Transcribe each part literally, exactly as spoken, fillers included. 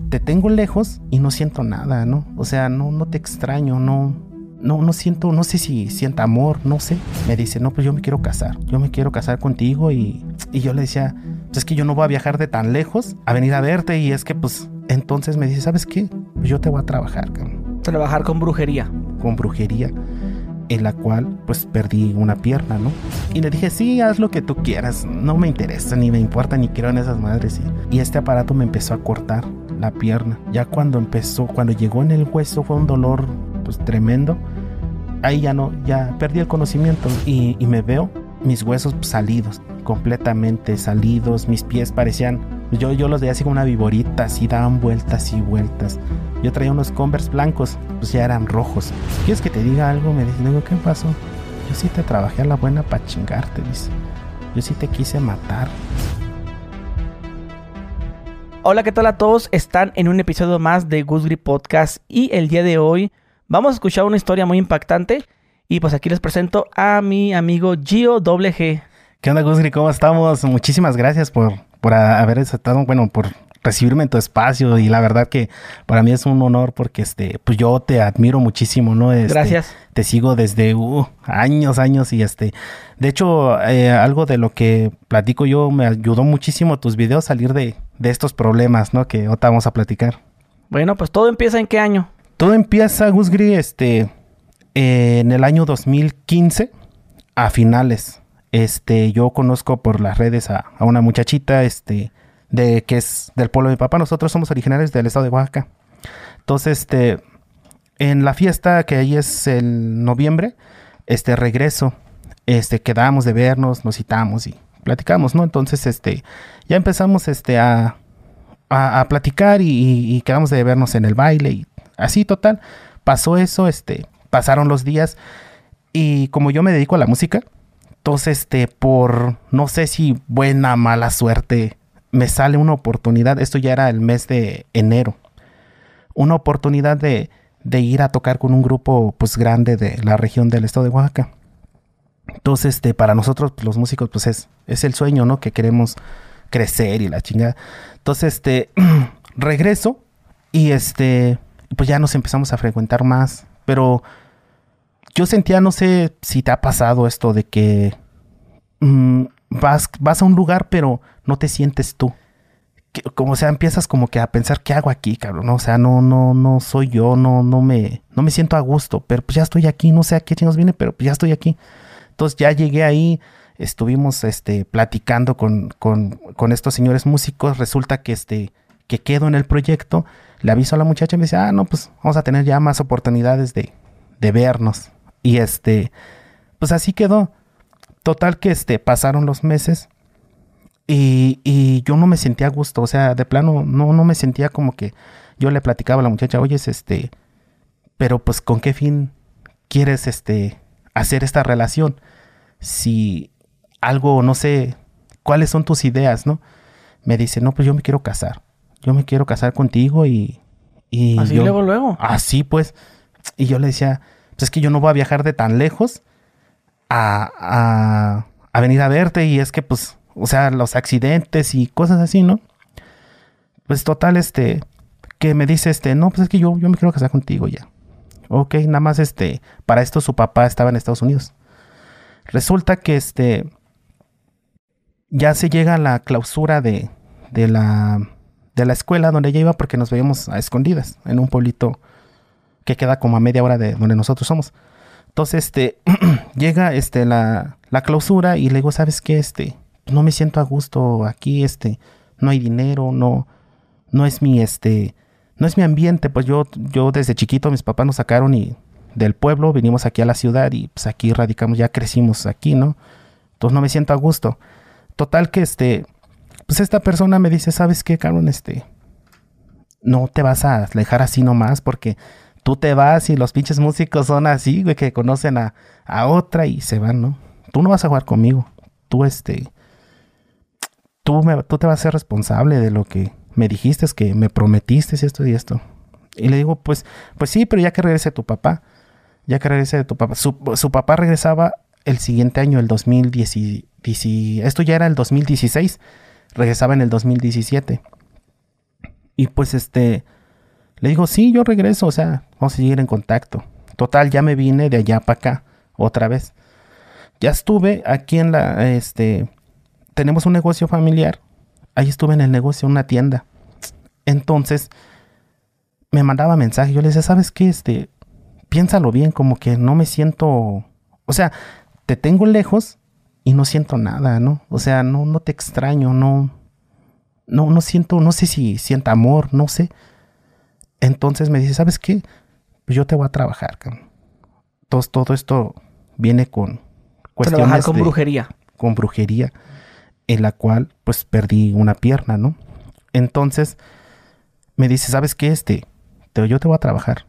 te tengo lejos y no siento nada, ¿no? O sea, no, no te extraño, no, no, no siento, no sé si sienta amor, no sé. Me dice, no, pues yo me quiero casar, yo me quiero casar contigo y, y yo le decía, pues es que yo no voy a viajar de tan lejos a venir a verte y es que pues, entonces me dice, ¿sabes qué? Pues yo te voy a trabajar, cabrón. Trabajar con brujería. Con brujería, en la cual pues perdí una pierna, ¿no? Y le dije, sí, haz lo que tú quieras, no me interesa, ni me importa, ni quiero en esas madres. Y, y este aparato me empezó a cortar la pierna. Ya cuando empezó, cuando llegó en el hueso fue un dolor pues tremendo. Ahí ya no, ya perdí el conocimiento y, y me veo mis huesos salidos, completamente salidos, mis pies parecían, yo, yo los veía así como una viborita, así daban vueltas y vueltas. Yo traía unos Converse blancos, pues ya eran rojos. ¿Quieres que te diga algo? Me dice, digo, ¿qué pasó? Yo sí te trabajé a la buena para chingarte, dice. Yo sí te quise matar. Hola, ¿qué tal a todos? Están en un episodio más de Gus Grip Podcast y el día de hoy vamos a escuchar una historia muy impactante y pues aquí les presento a mi amigo Gio Doble G. ¿Qué onda, Gus Grip? ¿Cómo estamos? Muchísimas gracias por, por haber aceptado, bueno, por recibirme en tu espacio y la verdad que para mí es un honor porque este pues yo te admiro muchísimo, ¿no? Este, Gracias. Te sigo desde uh, años, años y este de hecho eh, algo de lo que platico yo me ayudó muchísimo tus videos a salir de, de estos problemas, ¿no? Que ahorita vamos a platicar. Bueno, pues todo empieza ¿en qué año? Todo empieza, Gus Grip, este eh, en el año dos mil quince a finales. Este yo conozco por las redes a, a una muchachita, este de que es del pueblo de mi papá. Nosotros somos originarios del estado de Oaxaca. Entonces, este, en la fiesta que ahí es el noviembre, este, regreso, este, quedamos de vernos, nos citamos y platicamos, ¿no? Entonces, este, ya empezamos, este, a, a, a platicar y, y, y quedamos de vernos en el baile y así, total. Pasó eso, este, pasaron los días y como yo me dedico a la música, entonces, este, por, no sé si buena, mala suerte, me sale una oportunidad, esto ya era el mes de enero, una oportunidad de, de ir a tocar con un grupo pues grande de la región del estado de Oaxaca. Entonces, este, para nosotros pues, los músicos pues es, es el sueño, ¿no? Que queremos crecer y la chingada. Entonces, este, regreso y este, pues ya nos empezamos a frecuentar más, pero yo sentía, no sé si te ha pasado esto de que mmm, Vas, vas a un lugar, pero no te sientes tú. Que, como o sea, empiezas como que a pensar, ¿qué hago aquí, cabrón? ¿No? O sea, no, no, no soy yo, no, no me, no me siento a gusto, pero pues ya estoy aquí, no sé a qué chingos viene, pero pues ya estoy aquí. Entonces ya llegué ahí, estuvimos este, platicando con, con, con estos señores músicos, resulta que este, que quedo en el proyecto, le aviso a la muchacha y me dice, ah, no, pues vamos a tener ya más oportunidades de, de vernos. Y este, pues así quedó. Total que este, pasaron los meses y, y yo no me sentía a gusto, o sea, de plano no, no me sentía como que yo le platicaba a la muchacha, oye, este, pero pues ¿con qué fin quieres este, hacer esta relación? Si algo, no sé, ¿cuáles son tus ideas, no? Me dice, no, pues yo me quiero casar, yo me quiero casar contigo y... y así yo, luego, luego. Así pues, y yo le decía, pues es que yo no voy a viajar de tan lejos A, a, a venir a verte y es que pues, o sea, los accidentes y cosas así, ¿no? Pues total, este, que me dice, este, no, pues es que yo, yo me quiero casar contigo ya. Ok, nada más, este, para esto su papá estaba en Estados Unidos. Resulta que, este, ya se llega a la clausura de, de la, de la escuela donde ella iba porque nos veíamos a escondidas en un pueblito que queda como a media hora de donde nosotros somos. Entonces, este, llega, este, la, la clausura y le digo, ¿sabes qué? Este, no me siento a gusto aquí, este, no hay dinero, no, no es mi, este, no es mi ambiente. Pues yo, yo desde chiquito, mis papás nos sacaron y del pueblo, vinimos aquí a la ciudad y pues aquí radicamos, ya crecimos aquí, ¿no? Entonces no me siento a gusto. Total que, este, pues esta persona me dice, ¿sabes qué, cabrón? Este, no te vas a dejar así nomás porque... Tú te vas y los pinches músicos son así, güey, que conocen a, a otra y se van, ¿no? Tú no vas a jugar conmigo. Tú, este... Tú, me, tú te vas a ser responsable de lo que me dijiste, que me prometiste esto y esto. Y le digo, pues, pues sí, pero ya que regrese tu papá. Ya que regrese tu papá. Su, su papá regresaba el siguiente año, el dos mil diez, diez... Esto ya era el dos mil dieciséis. Regresaba en el dos mil diecisiete. Y pues este, le digo, sí, yo regreso, o sea, vamos a seguir en contacto. Total, ya me vine de allá para acá, otra vez. Ya estuve aquí en la, este, tenemos un negocio familiar. Ahí estuve en el negocio, una tienda. Entonces, me mandaba mensaje. Yo le decía, ¿sabes qué? Este, piénsalo bien, como que no me siento... O sea, te tengo lejos y no siento nada, ¿no? O sea, no, no te extraño, no... No, no siento, no sé si sienta amor, no sé. Entonces me dice, ¿sabes qué? Pues yo te voy a trabajar, cabrón. Todo, todo esto viene con cuestiones Trabajar con de, brujería. Con brujería, en la cual, pues, perdí una pierna, ¿no? Entonces, me dice, ¿sabes qué? Este, te, yo te voy a trabajar.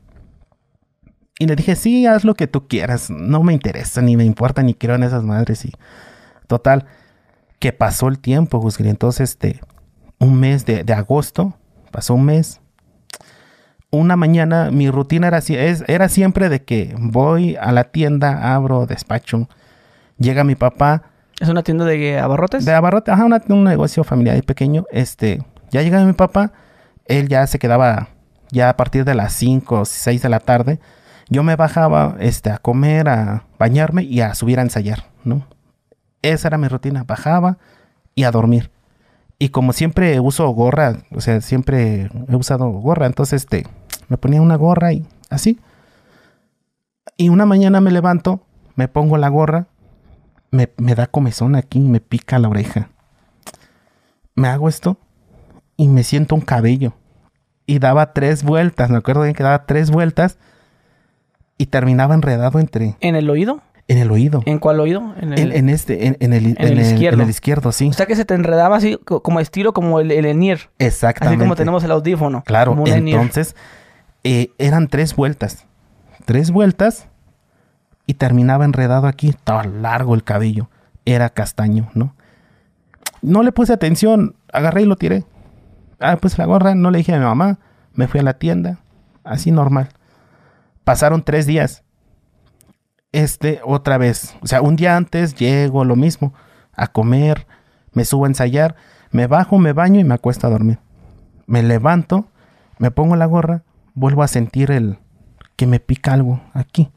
Y le dije, sí, haz lo que tú quieras. No me interesa, ni me importa, ni creo en esas madres. Y total, que pasó el tiempo, Gusgri. Entonces, este, un mes de, de agosto, pasó un mes. Una mañana, mi rutina era, es, era siempre de que voy a la tienda, abro, despacho. Llega mi papá. ¿Es una tienda de abarrotes? De abarrotes, ajá, una, un negocio familiar y pequeño. Este, ya llega mi papá. Él ya se quedaba ya a partir de las cinco o seis de la tarde. Yo me bajaba este, a comer, a bañarme y a subir a ensayar, ¿no? Esa era mi rutina. Bajaba y a dormir. Y como siempre uso gorra, o sea, siempre he usado gorra, entonces este, me ponía una gorra y así. Y una mañana me levanto, me pongo la gorra, me, me da comezón aquí, me pica la oreja. Me hago esto y me siento un cabello. Y daba tres vueltas, me acuerdo bien que daba tres vueltas y terminaba enredado entre... ¿En el oído? En el oído. ¿En cuál oído? En, el, en, en este, en, en, el, en, en, el, el izquierdo. En el izquierdo, sí. O sea que se te enredaba así como estilo como el, el Enier. Exactamente. Así como tenemos el audífono. Claro, como entonces eh, eran tres vueltas. Tres vueltas y terminaba enredado aquí. Estaba largo el cabello. Era castaño, ¿no? No le puse atención. Agarré y lo tiré. Ah, pues la gorra no le dije a mi mamá. Me fui a la tienda. Así normal. Pasaron tres días. Este, otra vez. O sea, un día antes llego lo mismo. A comer. Me subo a ensayar. Me bajo, me baño y me acuesto a dormir. Me levanto. Me pongo la gorra. Vuelvo a sentir el... que me pica algo aquí.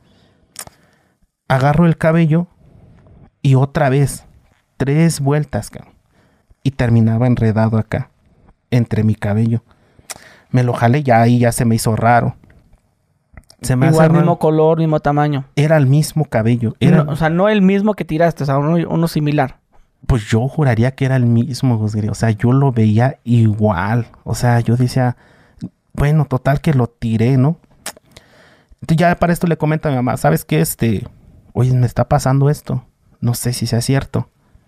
Agarro el cabello. Y otra vez. Tres vueltas, cabrón. Y terminaba enredado acá. Entre mi cabello. Me lo jalé. Ya ahí ya se me hizo raro. Se me Igual, hace mismo raro. color, mismo tamaño. Era el mismo cabello. Era... No, o sea, no el mismo que tiraste, o sea, uno, uno similar. Pues yo juraría que era el mismo, Gusgri. O sea, yo lo veía igual. O sea, yo decía, bueno, total que lo tiré, ¿no? Entonces ya para esto le comento a mi mamá, ¿sabes qué? Este, oye, me está pasando esto. No sé si sea cierto.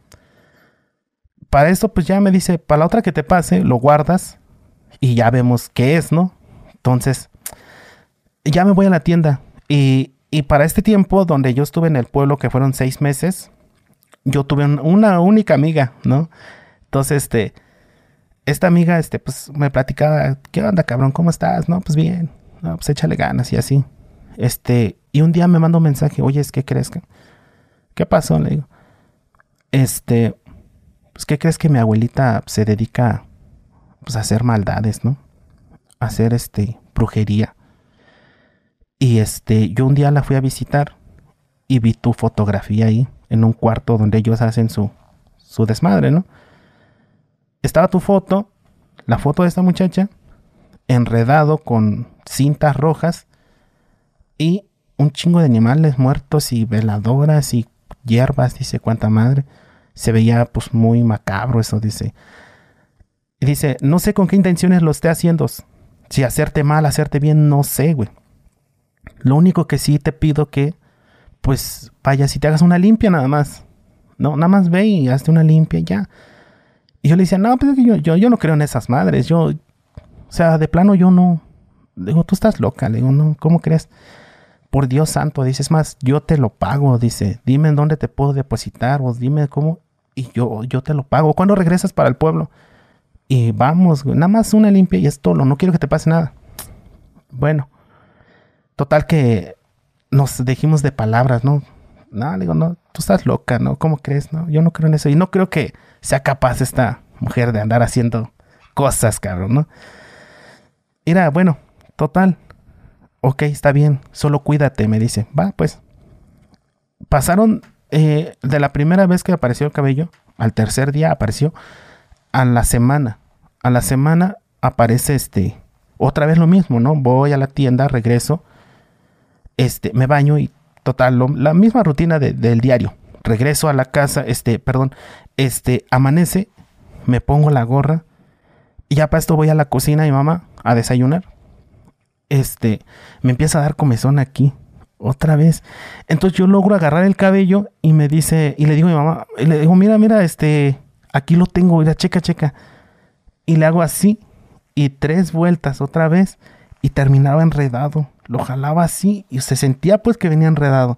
Para esto, pues ya me dice, para la otra que te pase, lo guardas y ya vemos qué es, ¿no? Entonces, ya me voy a la tienda. Y, y para este tiempo, donde yo estuve en el pueblo, que fueron seis meses, yo tuve un, una única amiga, ¿no? Entonces, este, esta amiga, este, pues, me platicaba, ¿qué onda, cabrón? ¿Cómo estás? No, pues bien. No, pues échale ganas y así. Este, y un día me mandó un mensaje, oye, ¿qué crees? Que, ¿qué pasó? Le digo, este, pues, ¿qué crees que mi abuelita se dedica, pues, a hacer maldades, ¿no? A hacer, este, brujería. Y, este, yo un día la fui a visitar y vi tu fotografía ahí, en un cuarto donde ellos hacen su, su desmadre, ¿no? Estaba tu foto, la foto de esta muchacha, enredado con cintas rojas y un chingo de animales muertos y veladoras y hierbas, dice, cuánta madre. Se veía pues muy macabro eso, dice. Y dice, no sé con qué intenciones lo esté haciendo. Si hacerte mal, hacerte bien, no sé, güey. Lo único que sí te pido que, pues, vayas y te hagas una limpia nada más. No, nada más ve y hazte una limpia y ya. Y yo le decía, no, pues yo, yo, yo no creo en esas madres. Yo, o sea, de plano yo no. Le digo, tú estás loca. Le digo, no, ¿cómo crees? Por Dios santo, dice, es más, yo te lo pago. Dice, dime en dónde te puedo depositar o dime cómo. Y yo, yo te lo pago. ¿Cuándo regresas para el pueblo? Y vamos, nada más una limpia y es todo. No quiero que te pase nada. Bueno, total que nos dijimos de palabras, ¿no? No, le digo, no, tú estás loca, ¿no? ¿Cómo crees? No, yo no creo en eso. Y no creo que sea capaz esta mujer de andar haciendo cosas, cabrón, ¿no? Mira, bueno, total. Ok, está bien, solo cuídate, me dice. Va, pues. Pasaron eh, de la primera vez que apareció el cabello, al tercer día apareció, a la semana. A la semana aparece este, otra vez lo mismo, ¿no? Voy a la tienda, regreso, este, me baño y total, lo, la misma rutina de, del diario. Regreso a la casa, este, perdón, este, amanece, me pongo la gorra y ya para esto voy a la cocina de mi mamá a desayunar. Este, me empieza a dar comezón aquí, otra vez. Entonces yo logro agarrar el cabello y me dice, y le digo a mi mamá, y le digo, mira, mira, este, aquí lo tengo, mira, checa, checa. Y le hago así, y tres vueltas otra vez, y terminaba enredado. Lo jalaba así, y se sentía pues que venía enredado.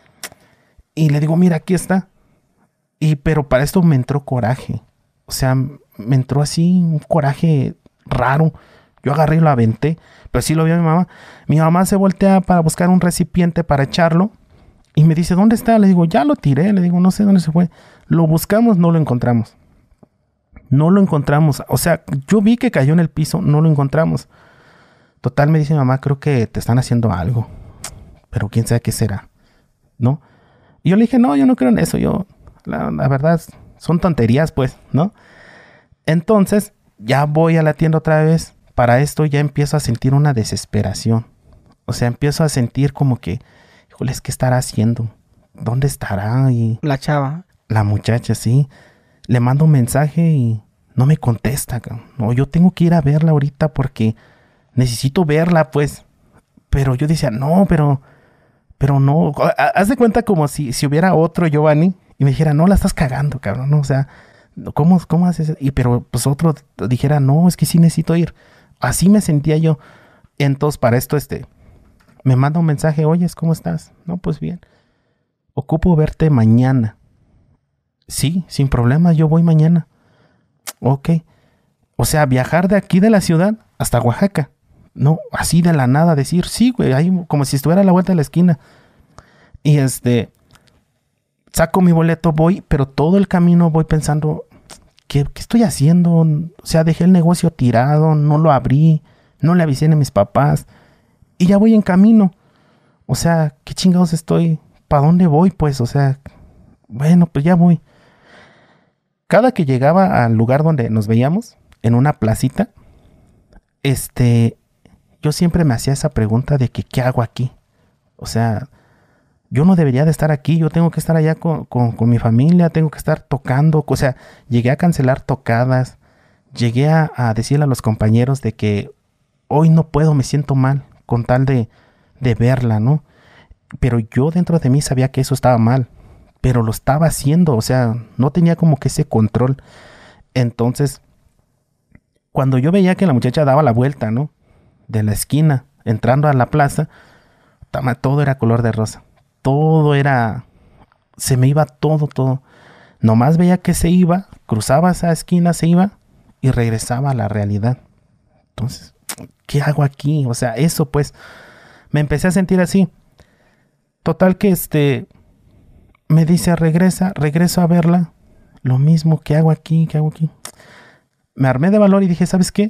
Y le digo, mira, aquí está. Y pero para esto me entró coraje. O sea, me entró así un coraje raro. Yo agarré y lo aventé. Pero sí lo vio mi mamá. Mi mamá se voltea para buscar un recipiente para echarlo. Y me dice, ¿dónde está? Le digo, ya lo tiré. Le digo, no sé dónde se fue. Lo buscamos, no lo encontramos. No lo encontramos. O sea, yo vi que cayó en el piso, no lo encontramos. Total, me dice mi mamá, creo que te están haciendo algo. Pero quién sabe qué será, ¿no? Y yo le dije, no, yo no creo en eso. Yo, la, la verdad, son tonterías, pues, ¿no? Entonces, ya voy a la tienda otra vez. Para esto ya empiezo a sentir una desesperación. O sea, empiezo a sentir como que, híjole, ¿qué estará haciendo? ¿Dónde estará? Y La chava. la muchacha, sí. Le mando un mensaje y no me contesta. No, yo tengo que ir a verla ahorita porque necesito verla, pues. Pero yo decía, no, pero, pero no. Haz de cuenta como si, si hubiera otro Giovanni y me dijera, no, la estás cagando, cabrón. No, o sea, ¿cómo, cómo haces? Y pero pues otro dijera, no, es que sí necesito ir. Así me sentía yo. Entonces, para esto, este, me manda un mensaje, oyes, ¿cómo estás? No, pues bien. Ocupo verte mañana. Sí, sin problema, yo voy mañana. Ok. O sea, viajar de aquí de la ciudad hasta Oaxaca. No, así de la nada decir, sí, güey, ahí como si estuviera a la vuelta de la esquina. Y este, saco mi boleto, voy, pero todo el camino voy pensando, ¿qué, qué estoy haciendo? O sea, dejé el negocio tirado, no lo abrí, no le avisé a mis papás. Y ya voy en camino. O sea, ¿qué chingados estoy? ¿Para dónde voy? Pues, o sea, bueno, pues ya voy. Cada que llegaba al lugar donde nos veíamos, en una placita, este, yo siempre me hacía esa pregunta de que, ¿qué hago aquí? O sea, yo no debería de estar aquí, yo tengo que estar allá con, con, con mi familia, tengo que estar tocando, o sea, llegué a cancelar tocadas, llegué a, a decirle a los compañeros de que hoy no puedo, me siento mal, con tal de, de verla, ¿no? Pero yo dentro de mí sabía que eso estaba mal. Pero lo estaba haciendo, o sea, no tenía como que ese control. Entonces, cuando yo veía que la muchacha daba la vuelta, ¿no? De la esquina, entrando a la plaza, todo era color de rosa. Todo era, se me iba todo, todo. Nomás veía que se iba, cruzaba esa esquina, se iba y regresaba a la realidad. Entonces, ¿qué hago aquí? O sea, eso pues, me empecé a sentir así. Total que este... me dice, regresa, regreso a verla. Lo mismo, ¿qué hago aquí? ¿Qué hago aquí? Me armé de valor y dije, ¿sabes qué?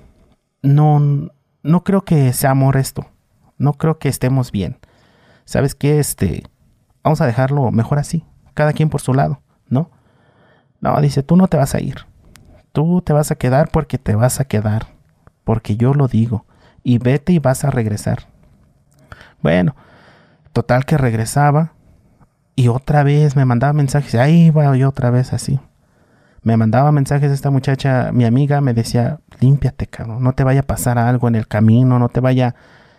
No, no creo que sea amor esto. No creo que estemos bien. ¿Sabes qué? Este, vamos a dejarlo mejor así. Cada quien por su lado, ¿no? No, dice, tú no te vas a ir. Tú te vas a quedar porque te vas a quedar. Porque yo lo digo. Y vete y vas a regresar. Bueno, total que regresaba. Y otra vez me mandaba mensajes. Ahí va yo otra vez así. Me mandaba mensajes esta muchacha, mi amiga, me decía, límpiate, cabrón. No te vaya a pasar algo en el camino. No te vaya...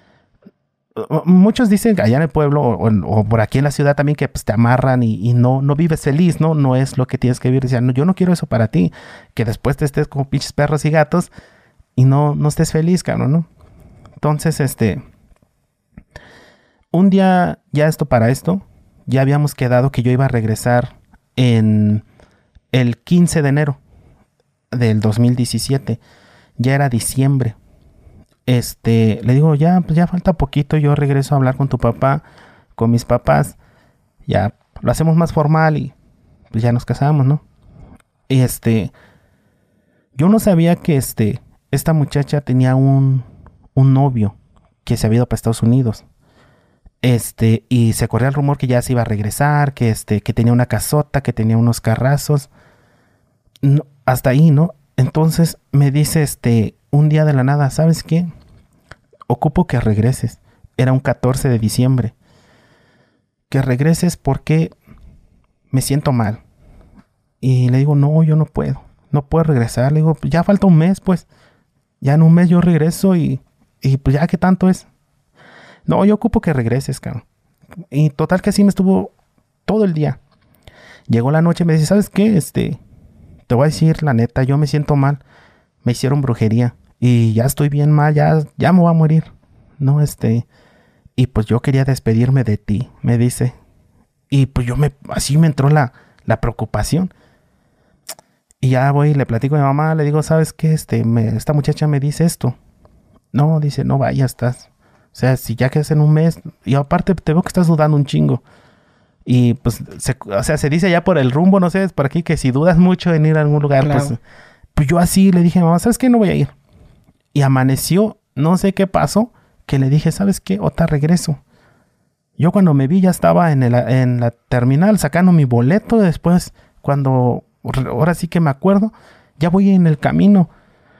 Muchos dicen allá en el pueblo o, o por aquí en la ciudad también que pues, te amarran y, y no, no vives feliz, ¿no? No es lo que tienes que vivir. Decían, no, yo no quiero eso para ti. Que después te estés como pinches perros y gatos y no, no estés feliz, cabrón, ¿no? Entonces, este... un día, ya esto para esto... ya habíamos quedado que yo iba a regresar en el quince de enero del dos mil diecisiete. Ya era diciembre. Este, le digo, ya, pues ya falta poquito, yo regreso a hablar con tu papá, con mis papás. Ya lo hacemos más formal y pues ya nos casamos, ¿no? Y este, yo no sabía que este, esta muchacha tenía un, un novio que se había ido para Estados Unidos. Este, y se corría el rumor que ya se iba a regresar, que este, que tenía una casota, que tenía unos carrazos. No, hasta ahí, ¿no? Entonces me dice, este, un día de la nada, ¿sabes qué? Ocupo que regreses. Era un catorce de diciembre. Que regreses porque me siento mal. Y le digo, no, yo no puedo. No puedo regresar. Le digo, ya falta un mes, pues. Ya en un mes yo regreso y, y pues ya, ¿qué tanto es? No, yo ocupo que regreses, cabrón. Y total que así me estuvo todo el día. Llegó la noche y me dice, ¿sabes qué? Este, te voy a decir la neta, yo me siento mal. Me hicieron brujería. Y ya estoy bien mal, ya, ya me voy a morir. No, este... Y pues yo quería despedirme de ti, me dice. Y pues yo me... Así me entró la, la preocupación. Y ya voy y le platico a mi mamá, le digo, ¿sabes qué? Este, me, esta muchacha me dice esto. No, dice, no vayas, estás... O sea, si ya quedas en un mes... Y aparte te veo que estás dudando un chingo. Y pues, se, o sea, se dice ya por el rumbo, no sé, es por aquí, que si dudas mucho en ir a algún lugar, claro. pues... Pues yo así le dije, mamá, ¿sabes qué? No voy a ir. Y amaneció, no sé qué pasó, que le dije, ¿sabes qué? Ota, regreso. Yo cuando me vi ya estaba en, el, en la terminal sacando mi boleto. Después, cuando, ahora sí que me acuerdo, ya voy en el camino.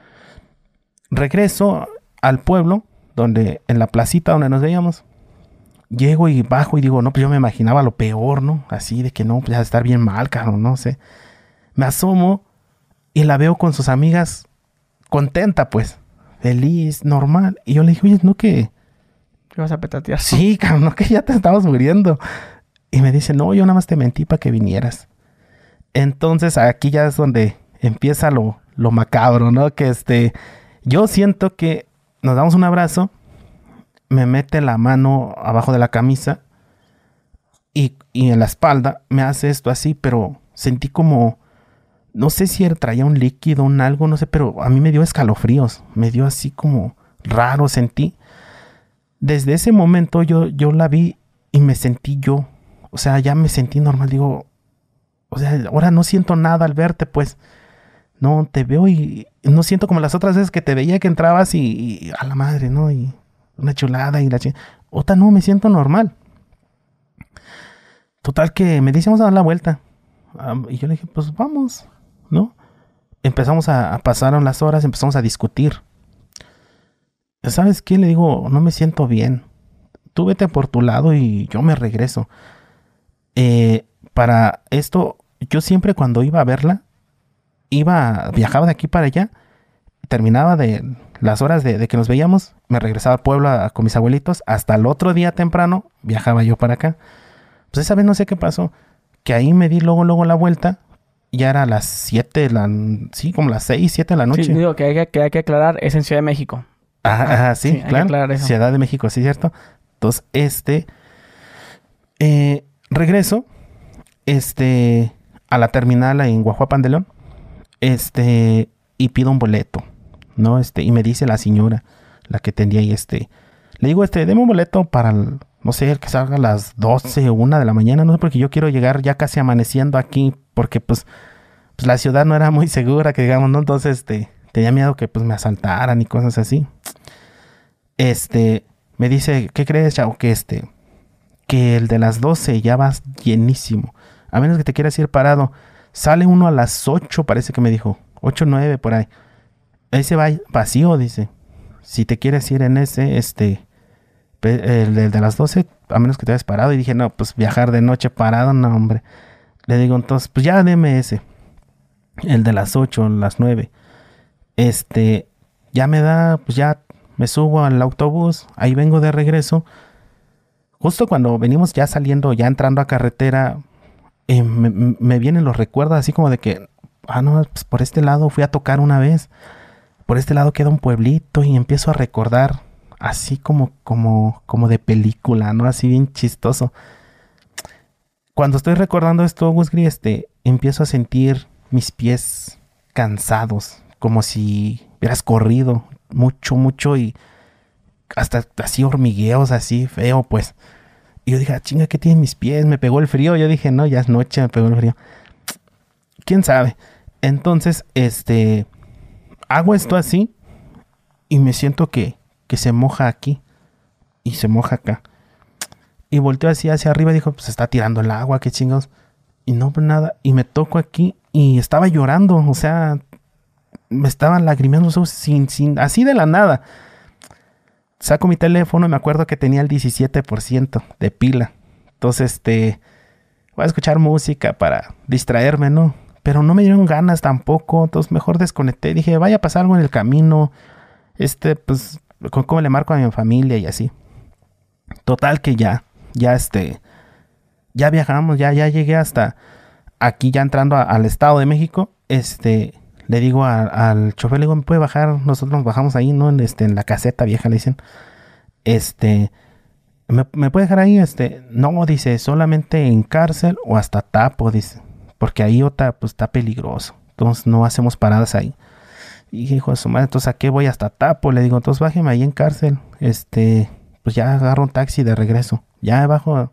Regreso al pueblo, donde en la placita donde nos veíamos. Llego y bajo y digo, no, pues yo me imaginaba lo peor, ¿no? Así de que no, pues ya estar bien mal, cabrón, no sé. Me asomo y la veo con sus amigas contenta, pues. Feliz, normal. Y yo le dije, oye, ¿no que...? ¿Qué vas a petatear? Sí, cabrón, no que ya te estabas muriendo. Y me dice, no, yo nada más te mentí para que vinieras. Entonces aquí ya es donde empieza lo, lo macabro, ¿no? Que este... Yo siento que nos damos un abrazo, me mete la mano abajo de la camisa y, y en la espalda me hace esto así, pero sentí como... No sé si traía un líquido, un algo, no sé, pero a mí me dio escalofríos. Me dio así como raro, sentí. Desde ese momento yo, yo la vi y me sentí yo. O sea, ya me sentí normal. Digo, o sea, ahora no siento nada al verte, pues. No, te veo y no siento como las otras veces que te veía que entrabas y, y a la madre, ¿no? Y una chulada y la chingada. Otra no, me siento normal. Total que me dice, vamos a dar la vuelta. Um, y yo le dije, pues vamos, ¿no? Empezamos a, a pasaron las horas, empezamos a discutir. ¿Sabes qué? Le digo, no me siento bien. Tú vete por tu lado y yo me regreso. Eh, para esto, yo siempre cuando iba a verla, iba, viajaba de aquí para allá, terminaba de las horas de, de que nos veíamos, me regresaba al pueblo a, a, con mis abuelitos, hasta el otro día temprano, viajaba yo para acá. Pues esa vez no sé qué pasó, que ahí me di luego, luego la vuelta. Ya era a las siete, la, sí, como las seis, siete de la noche. Sí, digo que hay que, que hay que aclarar, es en Ciudad de México. Ajá, ajá sí, sí, claro. Ciudad de México, sí, cierto. Entonces, este, eh, regreso, este, a la terminal en Guajuapan de León, este, y pido un boleto, ¿no? Este, y me dice la señora, la que tenía ahí, este, le digo, este, deme un boleto para, el, no sé, el que salga a las doce o una de la mañana, no sé, porque yo quiero llegar ya casi amaneciendo aquí, porque pues, pues la ciudad no era muy segura, que digamos, ¿no? Entonces, este, tenía miedo que pues me asaltaran y cosas así. Este, me dice, ¿qué crees, chavo? Que este, que el de las doce ya vas llenísimo. A menos que te quieras ir parado. Sale uno a las ocho, parece que me dijo. ocho, nueve, por ahí. Ese va vacío, dice. Si te quieres ir en ese, este, el, el de las doce, a menos que te vayas parado. Y dije, no, pues viajar de noche parado, no, hombre. Le digo, entonces, pues ya deme ese. El de las ocho, las nueve. Este, ya me da, pues ya me subo al autobús, ahí vengo de regreso. Justo cuando venimos ya saliendo, ya entrando a carretera, eh, me, me vienen los recuerdos así como de que, ah, no, pues por este lado fui a tocar una vez, por este lado queda un pueblito y empiezo a recordar así como, como, como de película, ¿no? Así bien chistoso. Cuando estoy recordando esto, Gusgri, este, empiezo a sentir mis pies cansados, como si hubieras corrido mucho, mucho y hasta así hormigueos, así feo, pues. Y yo dije, ah, chinga, ¿qué tienen mis pies? Me pegó el frío. Yo dije, no, ya es noche, me pegó el frío. ¿Quién sabe? Entonces, este, hago esto así y me siento que, que se moja aquí. Y se moja acá. Y volteo así hacia arriba y dijo, pues está tirando el agua, qué chingados. Y no, pues nada. Y me toco aquí y estaba llorando. O sea, me estaban lagrimeando los ojos sin, sin, así de la nada. Saco mi teléfono y me acuerdo que tenía el diecisiete por ciento de pila. Entonces, este, voy a escuchar música para distraerme, ¿no? Pero no me dieron ganas tampoco. Entonces, mejor desconecté. Dije, vaya a pasar algo en el camino. Este, pues, ¿cómo le marco a mi familia y así? Total que ya, ya este, ya viajamos, ya, ya llegué hasta aquí, ya entrando a, al Estado de México. Este, le digo a, al chofer, le digo, ¿me puede bajar? Nosotros nos bajamos ahí, ¿no? En, este, en la caseta vieja, le dicen. Este, ¿me, me puede dejar ahí? Este, no, dice, solamente en cárcel o hasta Tapo, dice. Porque ahí otra, pues, está peligroso. Entonces, no hacemos paradas ahí. Y dije, hijo de su madre, entonces, ¿a qué voy hasta Tapo? Le digo, entonces, bájeme ahí en cárcel. Este... pues ya agarro un taxi de regreso. Ya abajo,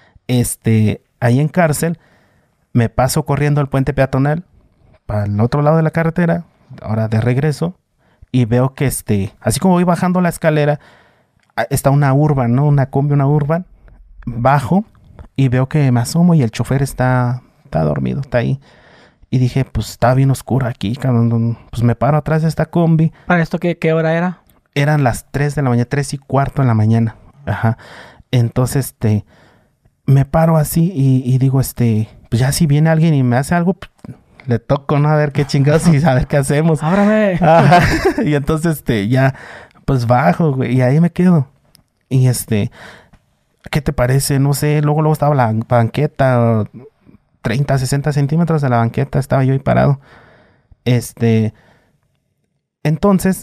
este, ahí en cárcel, me paso corriendo al puente peatonal para el otro lado de la carretera, ahora de regreso, y veo que este, así como voy bajando la escalera, está una Urban, ¿no? Una combi, una Urban, bajo, y veo que me asomo y el chofer está, está dormido, está ahí. Y dije, pues está bien oscuro aquí, cabrón. Pues me paro atrás de esta combi. ¿Para esto qué, qué hora era? Eran las tres de la mañana, tres y cuarto de la mañana. Ajá. Entonces, este, me paro así y, y digo, este, pues ya si viene alguien y me hace algo, pues, le toco, ¿no? A ver qué chingados y a ver qué hacemos. ¡Ábrame! Ajá. Y entonces, este, ya, pues bajo, güey, y ahí me quedo. Y este, ¿qué te parece? No sé, luego, luego estaba la banqueta, treinta, sesenta centímetros de la banqueta, estaba yo ahí parado. Este, entonces...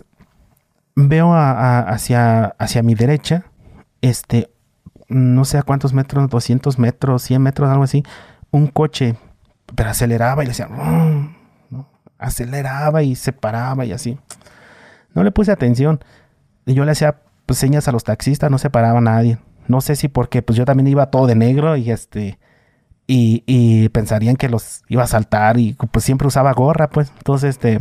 veo a, a, hacia, hacia mi derecha, este, no sé a cuántos metros, doscientos metros, cien metros, algo así, un coche, pero aceleraba y le decía, mmm, ¿no? Aceleraba y se paraba y así. No le puse atención. Y yo le hacía pues, señas a los taxistas, no se paraba nadie. No sé si porque pues yo también iba todo de negro y este, y, y pensarían que los iba a saltar y pues siempre usaba gorra, pues. Entonces, este,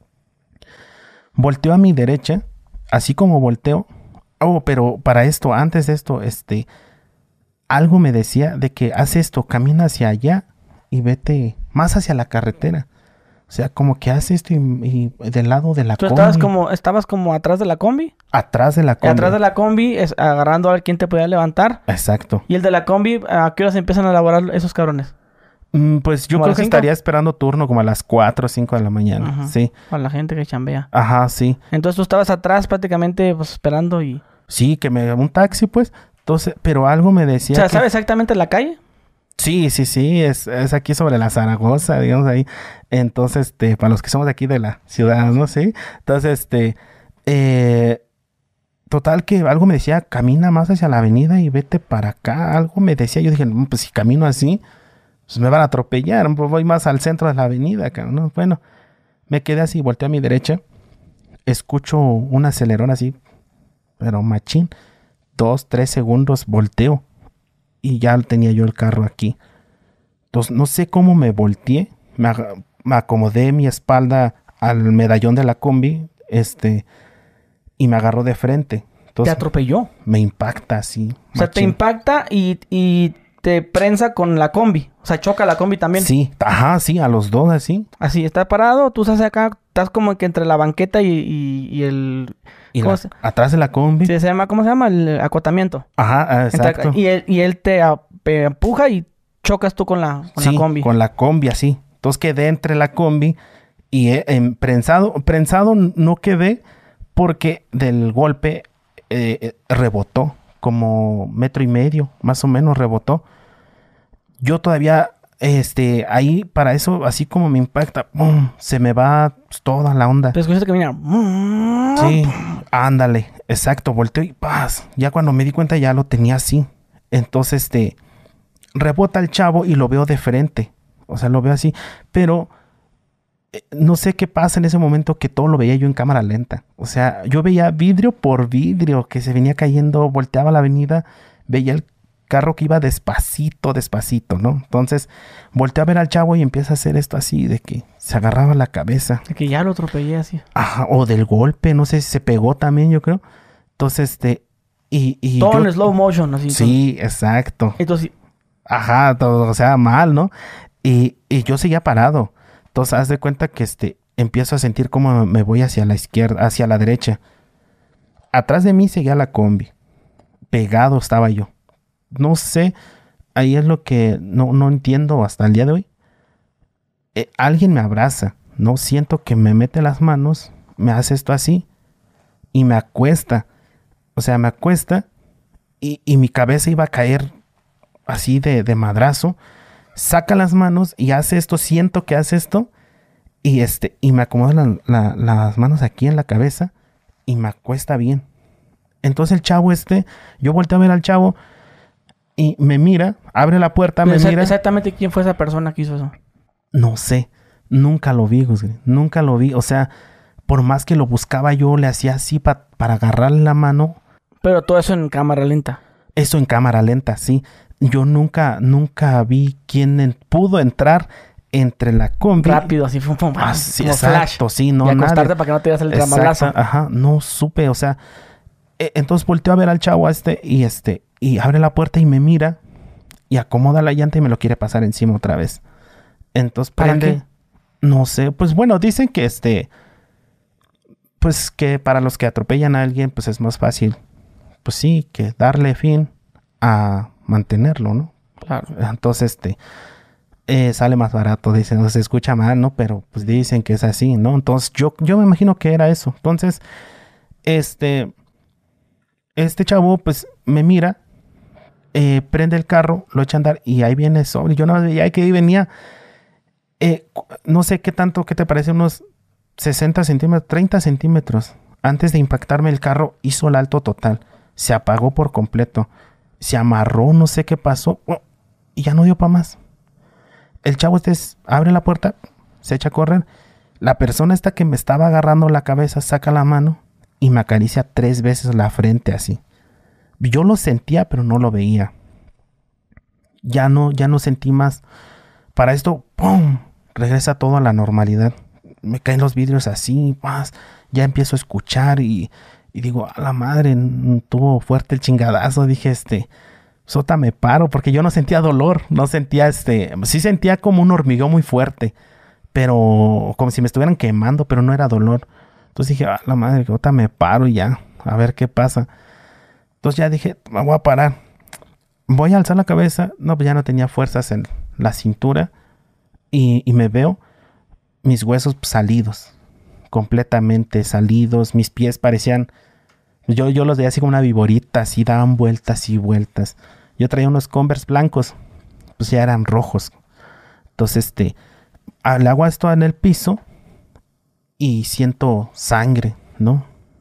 volteó a mi derecha. Así como volteo, oh, pero para esto, antes de esto, este, algo me decía de que haz esto, camina hacia allá y vete más hacia la carretera. O sea, como que haz esto y, y del lado de la ¿Tú combi. estabas como, estabas como atrás de la combi? Atrás de la combi. Atrás de la combi, es, agarrando a ver quién te podía levantar. Exacto. ¿Y el de la combi, a qué horas empiezan a elaborar esos cabrones? Mm, pues yo creo que estaría esperando turno como a las cuatro o cinco de la mañana. Ajá. Sí. Para la gente que chambea. Ajá, sí. Entonces tú estabas atrás prácticamente pues, esperando y... Sí, que me... un taxi, pues. Entonces, pero algo me decía... O sea, que... ¿sabes exactamente la calle? Sí, sí, sí. Es, es aquí sobre la Zaragoza, digamos ahí. Entonces, este... para los que somos de aquí de la ciudad, ¿no? Sí. Entonces, este... Eh... Total que algo me decía, camina más hacia la avenida y vete para acá. Algo me decía. Yo dije, no, pues si camino así... pues me van a atropellar, pues voy más al centro de la avenida, ¿no? Bueno, me quedé así, volteé a mi derecha, escucho un acelerón así, pero machín, dos, tres segundos, volteo, y ya tenía yo el carro aquí. Entonces, no sé cómo me volteé, me, me acomodé mi espalda al medallón de la combi, este, y me agarró de frente. Entonces, ¿te atropelló? Me impacta así. O sea, machín. Te impacta y... y... te prensa con la combi. O sea, choca la combi también. Sí. Ajá, sí. A los dos así. Así. Está parado. Tú estás acá. Estás como que entre la banqueta y, y, y el... Y la, se... atrás de la combi. Sí, se llama... ¿Cómo se llama? El acotamiento. Ajá, exacto. Entre, y, él, y él te empuja y chocas tú con la, con sí, la combi. con la combi así. Entonces quedé entre la combi y eh, en prensado... Prensado no quedé porque del golpe eh, rebotó. Como metro y medio, más o menos, rebotó. Yo todavía, este, ahí, para eso, así como me impacta, ¡pum!, se me va toda la onda. ¿Te escuchaste que venía? Sí, ándale, exacto, volteo y ¡paz! Ya cuando me di cuenta ya lo tenía así. Entonces, este, rebota el chavo y lo veo de frente. O sea, lo veo así, pero... no sé qué pasa en ese momento que todo lo veía yo en cámara lenta. O sea, yo veía vidrio por vidrio que se venía cayendo, volteaba la avenida, veía el carro que iba despacito, despacito, ¿no? Entonces, volteé a ver al chavo y empieza a hacer esto así, de que se agarraba la cabeza. De que ya lo atropellé así. Ajá, o del golpe, no sé si se pegó también, yo creo. Entonces, este, y, y Todo yo- en slow motion, así. Sí, exacto. Entonces, Ajá, todo, o sea, mal, ¿no? Y, y yo seguía parado. Entonces, haz de cuenta que este, empiezo a sentir como me voy hacia la izquierda, hacia la derecha. Atrás de mí seguía la combi. Pegado estaba yo. No sé, ahí es lo que no, no entiendo hasta el día de hoy. Eh, alguien me abraza, ¿no? Siento que me mete las manos, me hace esto así y me acuesta. O sea, me acuesta y, y mi cabeza iba a caer así de, de madrazo. Saca las manos y hace esto, siento que hace esto y este y me acomoda la- la- las manos aquí en la cabeza y me acuesta bien. Entonces el chavo este, yo volteo a ver al chavo y me mira, abre la puerta, me exa- mira. exactamente quién fue esa persona que hizo eso. No sé, nunca lo vi, Gus, nunca lo vi. O sea, por más que lo buscaba yo, le hacía así pa- para agarrarle la mano. Pero todo eso en cámara lenta. Eso en cámara lenta, sí. Yo nunca, nunca vi quién en- pudo entrar entre la combi. Rápido, así, fum, fum, Ah, ah, sí, como exacto, flash. sí, no, y acostarte nadie. para que no te veas el Exacto, ramalazo. ajá, no supe, o sea, e- entonces volteo a ver al chavo este y este, y abre la puerta y me mira y acomoda la llanta y me lo quiere pasar encima otra vez. Entonces ¿Para prende, qué? no sé, pues bueno, dicen que este, pues que para los que atropellan a alguien, pues es más fácil, pues sí, que darle fin a mantenerlo, ¿no? Claro. Entonces, este, eh, sale más barato, dicen, no se escucha mal, ¿no? Pero pues dicen que es así, ¿no? Entonces, yo, yo me imagino que era eso. Entonces, este, este chavo, pues, me mira, eh, prende el carro, lo echa a andar y ahí viene sobre. Yo no veía que ahí venía, eh, cu- no sé qué tanto, ¿qué te parece? Unos sesenta centímetros, treinta centímetros. Antes de impactarme el carro, hizo el alto total. Se apagó por completo. Se amarró, no sé qué pasó. oh, Y ya no dio para más. El chavo este es- abre la puerta, se echa a correr. La persona esta que me estaba agarrando la cabeza saca la mano y me acaricia tres veces la frente así. Yo lo sentía, pero no lo veía. Ya no, ya no sentí más. Para esto, ¡pum! Regresa todo a la normalidad. Me caen los vidrios así, más. Ya empiezo a escuchar y, y digo, a la madre, n- tuvo fuerte el chingadazo. Dije, este, sota me paro, porque yo no sentía dolor, no sentía este, sí sentía como un hormigueo muy fuerte, pero como si me estuvieran quemando, pero no era dolor. Entonces dije, a la madre, sota me paro y ya, a ver qué pasa. Entonces ya dije, me voy a parar. Voy a alzar la cabeza, no, pues ya no tenía fuerzas en la cintura y, y me veo mis huesos salidos, completamente salidos, mis pies parecían, yo, yo los veía así como una viborita, así daban vueltas y vueltas. Yo traía unos Converse blancos, pues ya eran rojos. Entonces, este, ah, le hago esto en el piso y siento sangre, ¿no?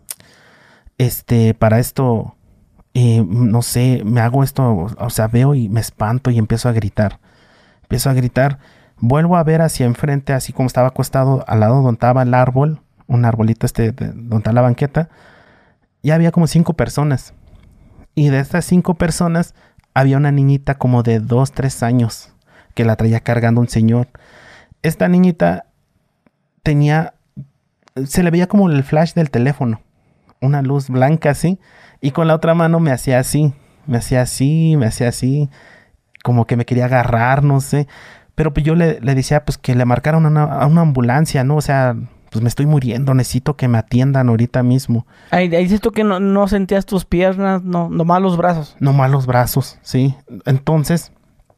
Este, para esto, eh, no sé, me hago esto, o sea, veo y me espanto y empiezo a gritar. Empiezo a gritar, vuelvo a ver hacia enfrente, así como estaba acostado al lado donde estaba el árbol, un arbolito este, de- donde está la banqueta. Ya había como cinco personas. Y de estas cinco personas, había una niñita como de dos, tres años, que la traía cargando un señor. Esta niñita tenía, se le veía como el flash del teléfono, una luz blanca así, y con la otra mano me hacía así, me hacía así, me hacía así, como que me quería agarrar, no sé. Pero pues yo le, le decía pues que le marcaran una, a una ambulancia, ¿no? O sea, pues me estoy muriendo, necesito que me atiendan ahorita mismo. Ahí, ahí dices tú que no, no sentías tus piernas, no, nomás los brazos. Nomás los brazos, sí. Entonces,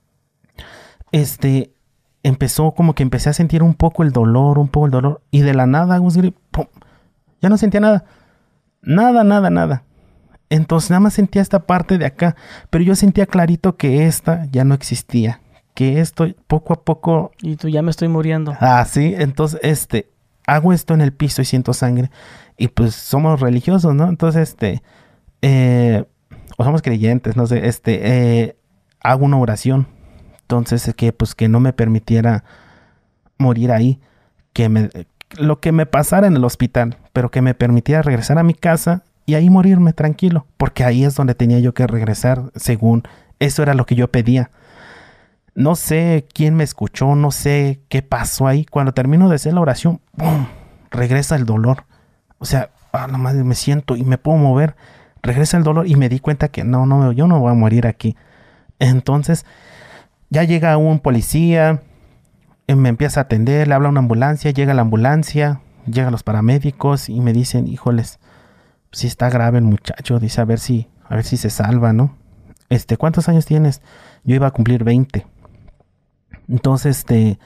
este, empezó como que empecé a sentir un poco el dolor, un poco el dolor. Y de la nada, Gus Gri, pum, ya no sentía nada. Nada, nada, nada. Entonces nada más sentía esta parte de acá. Pero yo sentía clarito que esta ya no existía. Que esto poco a poco... Y tú, ya me estoy muriendo. Ah, sí. Entonces, este, hago esto en el piso y siento sangre. Y pues somos religiosos, ¿no? Entonces, este, eh, o somos creyentes, no sé, este, eh, hago una oración. Entonces, que pues que no me permitiera morir ahí. Que me, lo que me pasara en el hospital, pero que me permitiera regresar a mi casa y ahí morirme tranquilo. Porque ahí es donde tenía yo que regresar, según eso era lo que yo pedía. No sé quién me escuchó, no sé qué pasó ahí. Cuando termino de hacer la oración, ¡pum!, regresa el dolor. O sea, a la madre me siento y me puedo mover. regresa el dolor y me di cuenta que no, no, yo no voy a morir aquí. Entonces, ya llega un policía, me empieza a atender, le habla a una ambulancia, llega la ambulancia, llegan los paramédicos y me dicen, híjoles, sí está grave el muchacho, dice, a ver si, a ver si se salva, ¿no? Este, ¿cuántos años tienes? Yo iba a cumplir veinte. Entonces, este,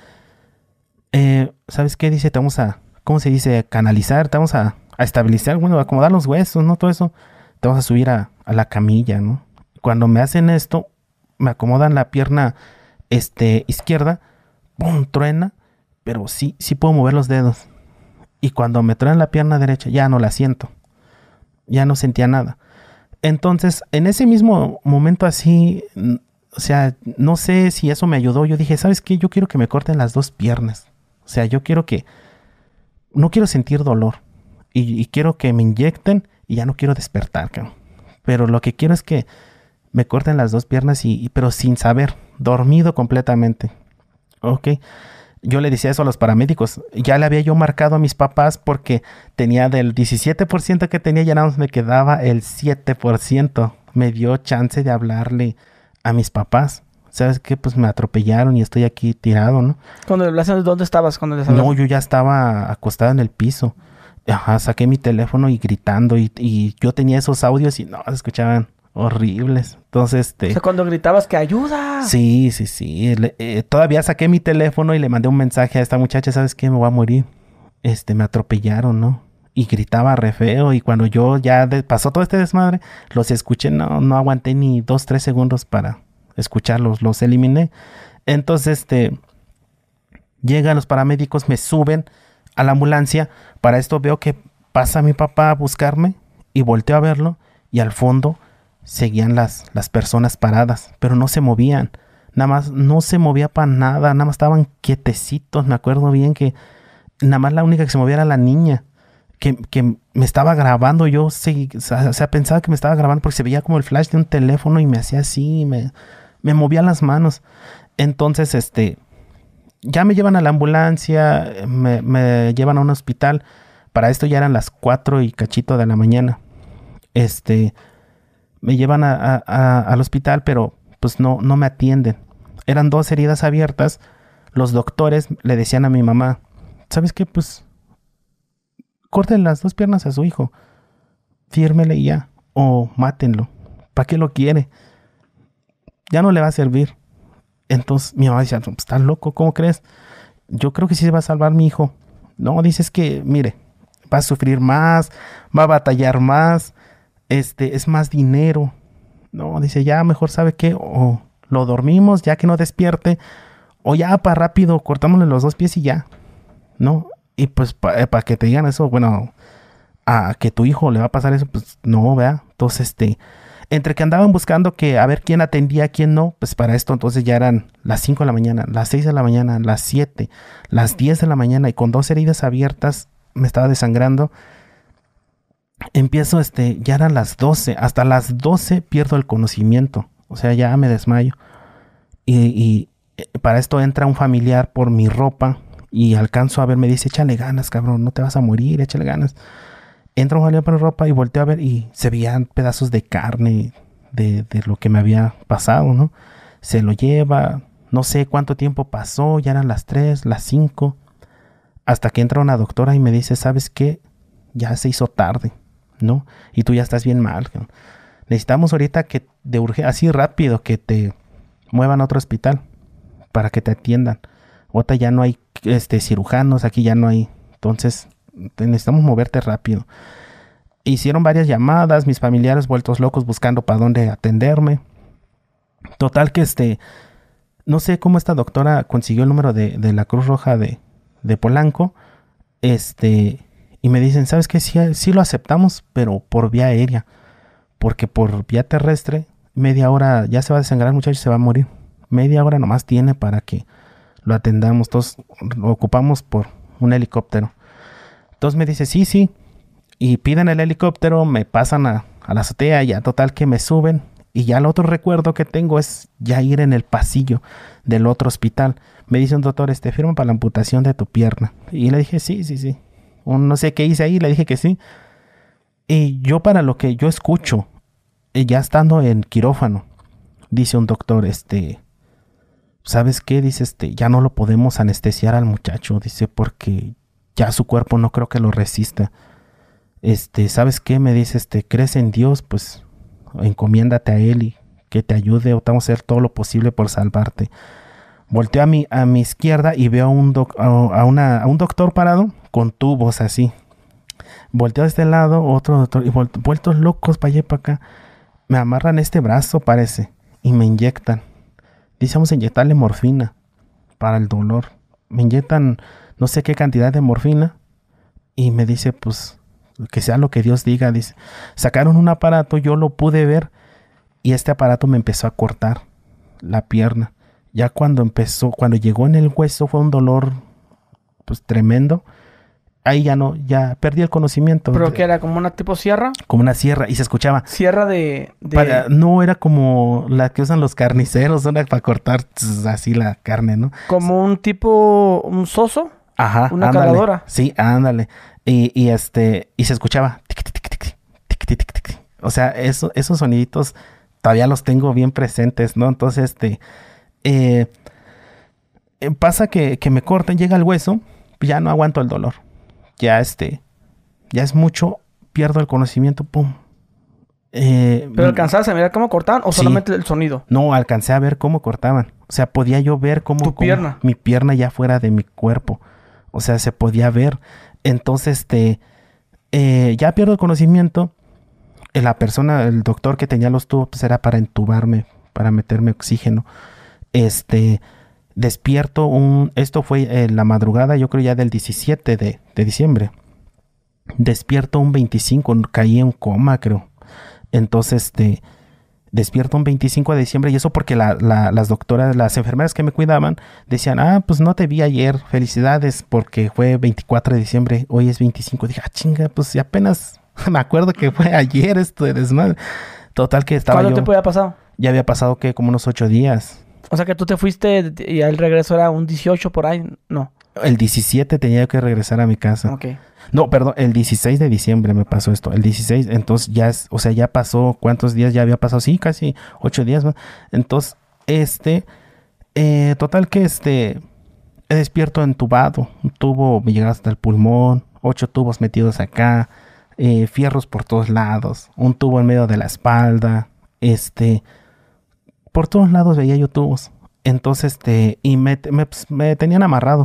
eh, ¿sabes qué? Dice, te vamos a, ¿cómo se dice? Canalizar, te vamos a, a estabilizar, bueno, a acomodar los huesos, ¿no? Todo eso, te vamos a subir a, a la camilla, ¿no? Cuando me hacen esto, me acomodan la pierna, este, izquierda, ¡pum!, truena, pero sí, sí puedo mover los dedos. Y cuando me truena la pierna derecha, ya no la siento. Ya no sentía nada. Entonces, en ese mismo momento así, o sea, no sé si eso me ayudó. Yo dije, ¿sabes qué? Yo quiero que me corten las dos piernas. O sea, yo quiero que... No quiero sentir dolor. Y, y quiero que me inyecten y ya no quiero despertar, cabrón. Pero lo que quiero es que me corten las dos piernas, y, y pero sin saber. Dormido completamente. Ok. Yo le decía eso a los paramédicos. Ya le había yo marcado a mis papás porque tenía del diecisiete por ciento que tenía, ya nada más me quedaba el siete por ciento. Me dio chance de hablarle a mis papás. ¿Sabes qué? Pues me atropellaron y estoy aquí tirado, ¿no? Cuando le hablaste, ¿dónde estabas? Cuando les hablaste? No, yo ya estaba acostado en el piso. Ajá, saqué mi teléfono y gritando. Y, y yo tenía esos audios y no, se escuchaban horribles. Entonces, este... O sea, cuando gritabas que ayuda. Sí, sí, sí. Le, eh, todavía saqué mi teléfono y le mandé un mensaje a esta muchacha, ¿sabes qué? Me voy a morir. Este, me atropellaron, ¿no? Y gritaba re feo. Y cuando yo ya de, pasó todo este desmadre, los escuché, no, no aguanté ni dos, tres segundos para escucharlos. Los eliminé. Entonces, este... llegan los paramédicos, me suben a la ambulancia. Para esto veo que pasa mi papá a buscarme y volteo a verlo. Y al fondo seguían las, las personas paradas, pero no se movían. Nada más, no se movía para nada, nada más estaban quietecitos. Me acuerdo bien que nada más la única que se movía era la niña, que, que me estaba grabando. Yo, sí, o sea, pensaba que me estaba grabando porque se veía como el flash de un teléfono y me hacía así, me, me movía las manos. Entonces, este, ya me llevan a la ambulancia, me, me llevan a un hospital. Para esto ya eran las cuatro y cachito de la mañana. Este... Me llevan a, a, a, al hospital, pero pues no, no me atienden. Eran dos heridas abiertas. Los doctores le decían a mi mamá, ¿sabes qué? Pues corten las dos piernas a su hijo. Fírmele y ya. O mátenlo. ¿Para qué lo quiere? Ya no le va a servir. Entonces mi mamá decía, pues, ¿estás loco? ¿Cómo crees? Yo creo que sí se va a salvar mi hijo. No, dices que, mire, va a sufrir más, va a batallar más. Este, es más dinero. No, dice, ya mejor, ¿sabe qué? O lo dormimos ya que no despierte, o ya para rápido cortámosle los dos pies y ya, ¿no? Y pues para pa que te digan eso, bueno, a que tu hijo le va a pasar eso, pues no, ¿verdad? Entonces, este, entre que andaban buscando que a ver quién atendía, quién no, pues para esto entonces ya eran las cinco de la mañana, las seis de la mañana, las siete, las diez de la mañana, y con dos heridas abiertas me estaba desangrando. Empiezo, este, ya eran las doce, hasta las doce pierdo el conocimiento, o sea, ya me desmayo. Y, y para esto entra un familiar por mi ropa y alcanzo a ver, me dice, échale ganas, cabrón, no te vas a morir, échale ganas. Entra un familiar por mi ropa y volteo a ver y se veían pedazos de carne de, de lo que me había pasado, ¿no? Se lo lleva, no sé cuánto tiempo pasó, ya eran las tres, las cinco, hasta que entra una doctora y me dice, ¿sabes qué? Ya se hizo tarde, ¿no? Y tú ya estás bien mal. Necesitamos ahorita que de urge así rápido que te muevan a otro hospital para que te atiendan. Ahorita ya no hay este cirujanos, aquí ya no hay. Entonces, necesitamos moverte rápido. Hicieron varias llamadas, mis familiares vueltos locos buscando para dónde atenderme. Total que este, no sé cómo esta doctora consiguió el número de, de la Cruz Roja de, de Polanco. Este... Y me dicen, ¿sabes qué? Sí, sí lo aceptamos, pero por vía aérea. Porque por vía terrestre, media hora ya se va a desangrar el muchacho y se va a morir. Media hora nomás tiene para que lo atendamos. Entonces lo ocupamos por un helicóptero. Entonces me dice, sí, sí. Y piden el helicóptero, me pasan a, a la azotea, ya total que me suben. Y ya el otro recuerdo que tengo es ya ir en el pasillo del otro hospital. Me dice un doctor, este, firma para la amputación de tu pierna. Y le dije, sí, sí, sí. Un no sé qué hice ahí, le dije que sí. Y yo para lo que yo escucho, eh, ya estando en quirófano, dice un doctor, este, ¿sabes qué? Dice, este, ya no lo podemos anestesiar al muchacho, dice, porque ya su cuerpo no creo que lo resista. Este, ¿sabes qué? Me dice, este, ¿crees en Dios? Pues encomiéndate a Él y que te ayude, o vamos a hacer todo lo posible por salvarte. Volteo a mi, a mi izquierda y veo a un, doc, a, a, una, a un doctor parado con tubos así. Volteo a este lado, otro doctor, y vuelto, vueltos locos para allá y para acá. Me amarran este brazo, parece, y me inyectan. Dice, vamos a inyectarle morfina para el dolor. Me inyectan no sé qué cantidad de morfina y me dice, pues, que sea lo que Dios diga. Dice, sacaron un aparato, yo lo pude ver y este aparato me empezó a cortar la pierna. Ya cuando empezó, cuando llegó en el hueso fue un dolor, pues, tremendo. Ahí ya no, ya perdí el conocimiento. ¿Pero que era como una tipo sierra? Como una sierra, y se escuchaba. ¿Sierra de...? de... Para, no, era como la que usan los carniceros, una para cortar tss, así la carne, ¿no? ¿Como un tipo, un soso? Ajá, ¿Una ándale. caladora? Sí, ándale. Y, y este, y se escuchaba. Tic, tic, tic, tic, tic, tic, tic, tic. O sea, eso, esos soniditos todavía los tengo bien presentes, ¿no? Entonces, este, eh, eh, pasa que, que me cortan, llega el hueso, ya no aguanto el dolor. Ya este, ya es mucho, pierdo el conocimiento, pum. Eh, ¿Pero alcanzabas a mirar cómo cortaban o sí. solamente el sonido? No, alcancé a ver cómo cortaban. O sea, podía yo ver cómo... ¿Tu cómo pierna? Mi pierna ya fuera de mi cuerpo. O sea, se podía ver. Entonces, este, eh, ya pierdo el conocimiento. Eh, La persona, el doctor que tenía los tubos, pues era para entubarme, para meterme oxígeno. Este... Despierto un... Esto fue en la madrugada, yo creo ya del diecisiete de, de diciembre. Despierto un veinticinco, caí en coma, creo. Entonces, este... Despierto un veinticinco de diciembre y eso porque la, la, las doctoras, las enfermeras que me cuidaban decían, ah, pues no te vi ayer, felicidades, porque fue veinticuatro de diciembre, hoy es veinticinco. Dije, ah, chinga, pues si apenas me acuerdo que fue ayer esto de desmadre. Total que estaba yo... ¿Cuánto tiempo había pasado? Ya había pasado, que como unos ocho días. O sea que tú te fuiste y el regreso era un dieciocho por ahí, no. El diecisiete tenía que regresar a mi casa. Ok. No, perdón, el dieciséis de diciembre me pasó esto. El dieciséis, entonces ya es, o sea, ya pasó, ¿cuántos días ya había pasado? Sí, casi ocho días más. Entonces, este, eh, total que este, he despierto entubado. Un tubo me llegaba hasta el pulmón, ocho tubos metidos acá, eh, fierros por todos lados, un tubo en medio de la espalda, este... Por todos lados veía yo tubos. Entonces, este, y me, me, pues, me tenían amarrado.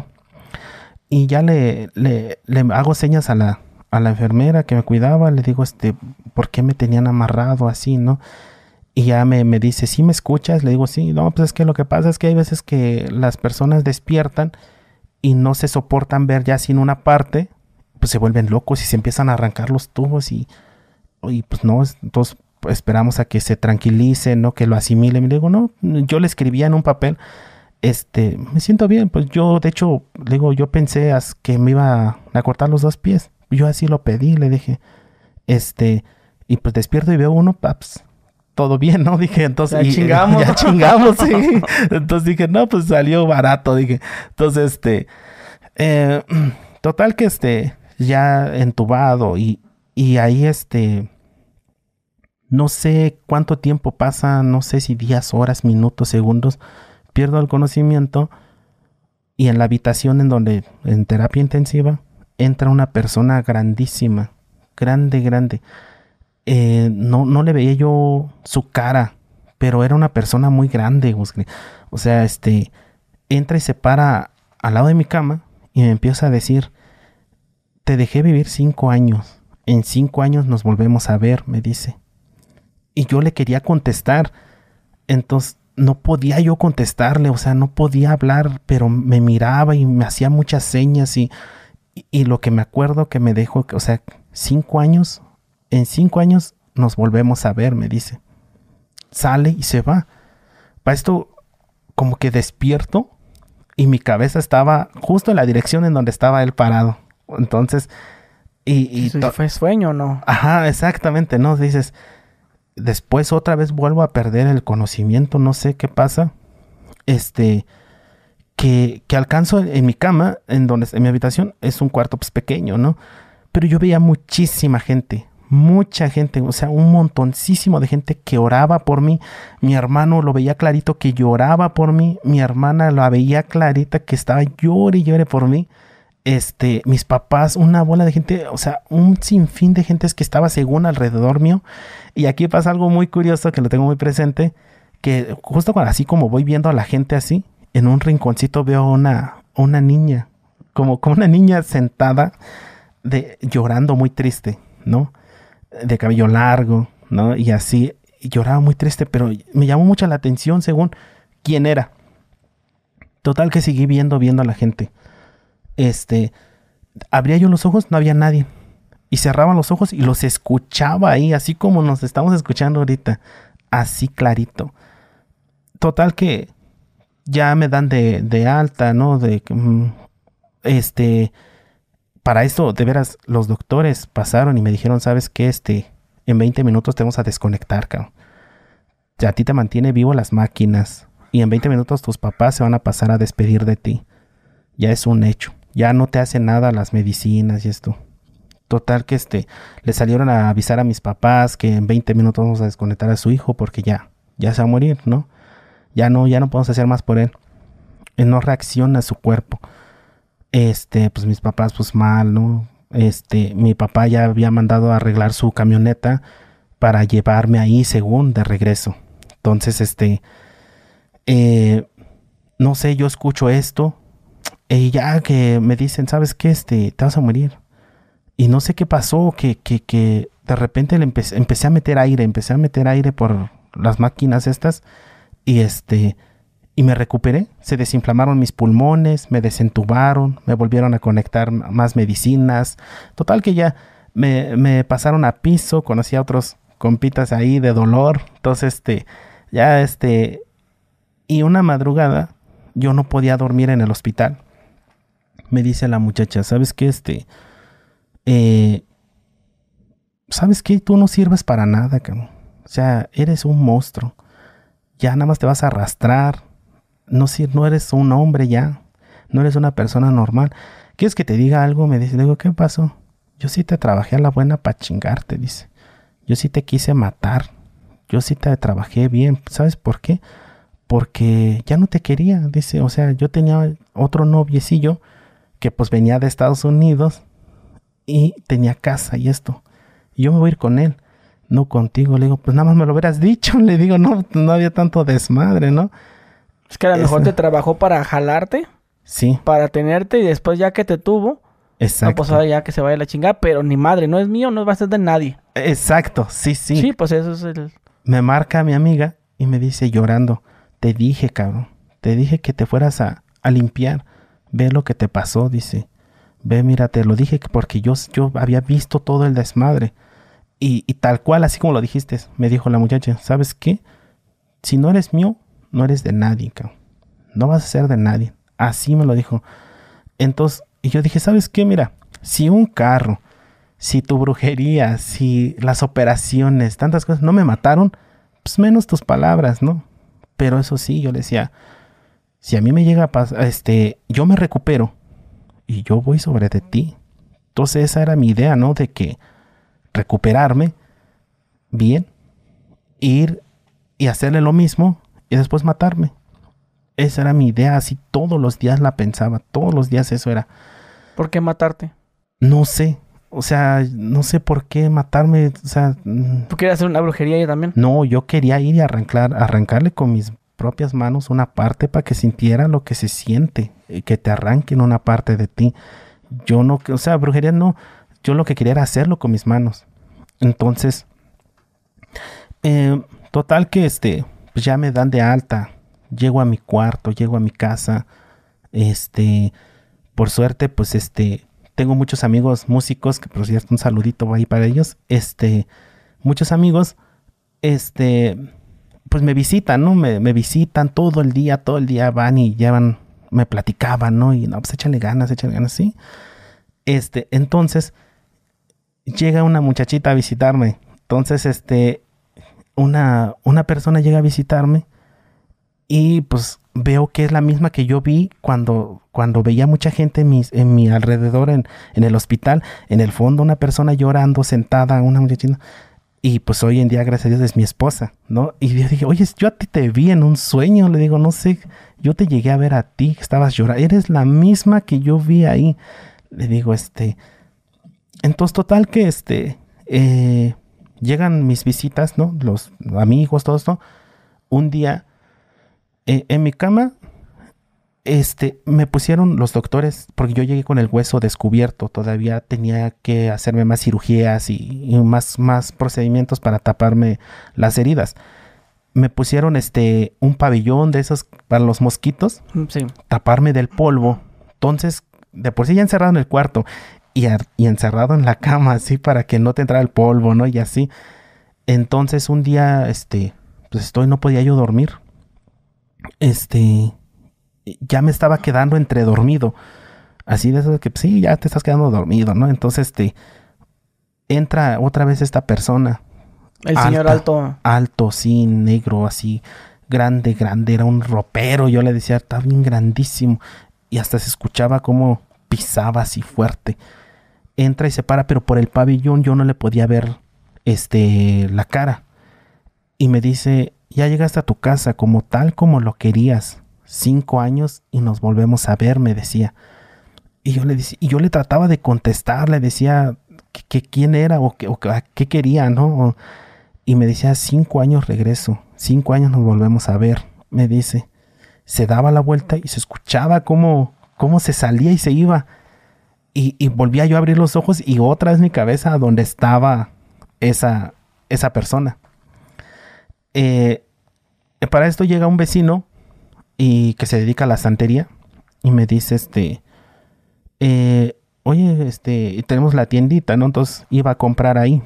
Y ya le, le, le hago señas a la, a la enfermera que me cuidaba. Le digo, este, ¿por qué me tenían amarrado así, no? Y ya me, me dice, ¿sí me escuchas? Le digo, sí. No, pues es que lo que pasa es que hay veces que las personas despiertan y no se soportan ver ya sin una parte. Pues se vuelven locos y se empiezan a arrancar los tubos y, y pues no, entonces... esperamos a que se tranquilice, ¿no? Que lo asimile. Me digo, no, yo le escribía en un papel, este, me siento bien. Pues yo, de hecho, le digo, yo pensé as que me iba a cortar los dos pies. Yo así lo pedí, le dije, este, y pues despierto y veo uno, paps, todo bien, ¿no? Dije, entonces... Ya y, chingamos. Ya chingamos, sí. Entonces dije, no, pues salió barato, dije. Entonces, este, eh, total que, este, ya entubado y, y ahí, este... No sé cuánto tiempo pasa, no sé si días, horas, minutos, segundos. Pierdo el conocimiento y en la habitación en donde, en terapia intensiva, entra una persona grandísima, grande, grande. Eh, no, no le veía yo su cara, pero era una persona muy grande. O sea, este, entra y se para al lado de mi cama y me empieza a decir, te dejé vivir cinco años. En cinco años nos volvemos a ver, me dice. Y yo le quería contestar, entonces no podía yo contestarle, o sea, no podía hablar, pero me miraba y me hacía muchas señas y, y, y lo que me acuerdo que me dejó, o sea, cinco años, en cinco años nos volvemos a ver, me dice. Sale y se va. Para esto, como que despierto y mi cabeza estaba justo en la dirección en donde estaba él parado. Entonces, y... y ¿Eso fue sueño o no? Ajá, exactamente, ¿no? Dices... Después otra vez vuelvo a perder el conocimiento, no sé qué pasa. Este, que, que alcanzo en, en mi cama, en donde en mi habitación, es un cuarto pues pequeño, ¿no? Pero yo veía muchísima gente, mucha gente, o sea, un montoncísimo de gente que oraba por mí. Mi hermano lo veía clarito que lloraba por mí. Mi hermana lo veía clarita que estaba llore y llore por mí. Este, mis papás, una bola de gente, o sea, un sinfín de gentes que estaba según alrededor mío. Y aquí pasa algo muy curioso que lo tengo muy presente, que justo cuando, así como voy viendo a la gente así, en un rinconcito veo una, una niña, como, como una niña sentada, de, llorando muy triste, ¿no? De cabello largo, ¿no? Y así, y lloraba muy triste, pero me llamó mucho la atención según quién era. Total que seguí viendo, viendo a la gente. Este, abría yo los ojos, no había nadie. Y cerraban los ojos y los escuchaba ahí, así como nos estamos escuchando ahorita. Así clarito. Total que ya me dan de, de alta, ¿no? De, um, este, para esto, de veras, los doctores pasaron y me dijeron, ¿sabes qué? Este, en veinte minutos te vamos a desconectar, cabrón. Ya a ti te mantiene vivo las máquinas. Y en veinte minutos tus papás se van a pasar a despedir de ti. Ya es un hecho. Ya no te hace nada las medicinas y esto. Total que este, le salieron a avisar a mis papás que en veinte minutos vamos a desconectar a su hijo porque ya, ya se va a morir, ¿no? Ya no, ya no podemos hacer más por él. Él no reacciona a su cuerpo. Este, pues mis papás, pues mal, ¿no? Este, mi papá ya había mandado a arreglar su camioneta para llevarme ahí según de regreso. Entonces, este, eh, no sé, yo escucho esto. Y ya que me dicen, ¿sabes qué? Este, te vas a morir. Y no sé qué pasó, que, que, que de repente le empecé, empecé a meter aire, empecé a meter aire por las máquinas estas. Y este, y me recuperé. Se desinflamaron mis pulmones, me desentubaron, me volvieron a conectar más medicinas. Total que ya me, me pasaron a piso, conocí a otros compitas ahí de dolor. Entonces, este, ya este, y una madrugada yo no podía dormir en el hospital. Me dice la muchacha, ¿sabes qué? Este, eh, ¿sabes qué? Tú no sirves para nada, cabrón. O sea, eres un monstruo. Ya nada más te vas a arrastrar. No, no eres un hombre ya. No eres una persona normal. ¿Quieres que te diga algo? Me dice, le digo, ¿qué pasó? Yo sí te trabajé a la buena para chingarte, dice. Yo sí te quise matar. Yo sí te trabajé bien. ¿Sabes por qué? Porque ya no te quería, dice. O sea, yo tenía otro noviecillo que pues venía de Estados Unidos y tenía casa y esto. Y yo me voy a ir con él, no contigo. Le digo, pues nada más me lo hubieras dicho. Le digo, no, no había tanto desmadre, ¿no? Es que a lo Es- mejor te trabajó para jalarte, Sí, para tenerte y después ya que te tuvo, no, exacto. pues ahora ya que se vaya a la chingada, pero ni madre, no es mío, no va a ser de nadie. Exacto, sí, sí, Sí, pues eso es el... Me marca mi amiga y me dice llorando, te dije, cabrón, te dije que te fueras a, a limpiar. Ve lo que te pasó, dice. Ve, mira, te lo dije porque yo, yo había visto todo el desmadre. Y, y tal cual, así como lo dijiste, me dijo la muchacha, ¿sabes qué? Si no eres mío, no eres de nadie, cabrón. No vas a ser de nadie. Así me lo dijo. Entonces, y yo dije, ¿sabes qué? Mira, si un carro, si tu brujería, si las operaciones, tantas cosas no me mataron, pues menos tus palabras, ¿no? Pero eso sí, yo le decía, si a mí me llega a pasar, este, yo me recupero y yo voy sobre de ti. Entonces esa era mi idea, ¿no? De que recuperarme bien, ir y hacerle lo mismo y después matarme. Esa era mi idea, así todos los días la pensaba, todos los días eso era. ¿Por qué matarte? No sé, o sea, no sé por qué matarme, o sea, mm, ¿Tú quieres hacer una brujería yo también? no, yo quería ir y arrancar, arrancarle con mis propias manos una parte para que sintiera lo que se siente, y que te arranquen una parte de ti. Yo no, o sea, brujería no, yo lo que quería era hacerlo con mis manos. Entonces, eh, total que este, pues ya me dan de alta, llego a mi cuarto, llego a mi casa, este, por suerte, pues este, tengo muchos amigos músicos, que por cierto, un saludito ahí para ellos, este, muchos amigos, este, pues me visitan, ¿no? Me, me visitan todo el día, todo el día van y llevan, me platicaban, ¿no? Y no, pues échale ganas, échale ganas, ¿sí? Este, entonces, llega una muchachita a visitarme. Entonces, este, una, una persona llega a visitarme Y pues veo que es la misma que yo vi cuando, cuando veía mucha gente en, mis, en mi alrededor en, en el hospital. En el fondo una persona llorando, sentada, una muchachita. Y pues hoy en día, gracias a Dios, es mi esposa, ¿no? Y yo dije, oye, yo a ti te vi en un sueño. Le digo, no sé, yo te llegué a ver a ti, que estabas llorando. Eres la misma que yo vi ahí. Le digo, este... Entonces, total que, este... Eh, llegan mis visitas, ¿no? Los amigos, todo esto. Un día... Eh, en mi cama, este, me pusieron los doctores, porque yo llegué con el hueso descubierto, todavía tenía que hacerme más cirugías y, y más, más procedimientos para taparme las heridas. Me pusieron este, un pabellón de esos para los mosquitos, sí. Taparme del polvo. Entonces, de por sí ya encerrado en el cuarto y, a, y encerrado en la cama, así, para que no te entrara el polvo, ¿no? Y así. Entonces, un día, este, pues estoy, no podía yo dormir. Este, ya me estaba quedando entre dormido, así de eso de que pues, sí, ya te estás quedando dormido, ¿no? Entonces, este, entra otra vez esta persona. El alta, señor alto. Alto, sí, negro, así, grande, grande, era un ropero, yo le decía, está bien grandísimo, y hasta se escuchaba como pisaba así fuerte. Entra y se para, pero por el pabellón yo no le podía ver, este, la cara, y me dice... Ya llegaste a tu casa como tal como lo querías. Cinco años y nos volvemos a ver, me decía. Y yo le decía, y yo le trataba de contestar, le decía que, que quién era o, que, o que, qué quería, ¿no? O, y me decía, cinco años regreso, cinco años nos volvemos a ver, me dice. Se daba la vuelta y se escuchaba cómo, cómo se salía y se iba. Y, y volvía yo a abrir los ojos y otra vez mi cabeza a donde estaba esa, esa persona. Eh, para esto llega un vecino y que se dedica a la santería y me dice, este, eh, oye, este, tenemos la tiendita, ¿no? Entonces iba a comprar ahí.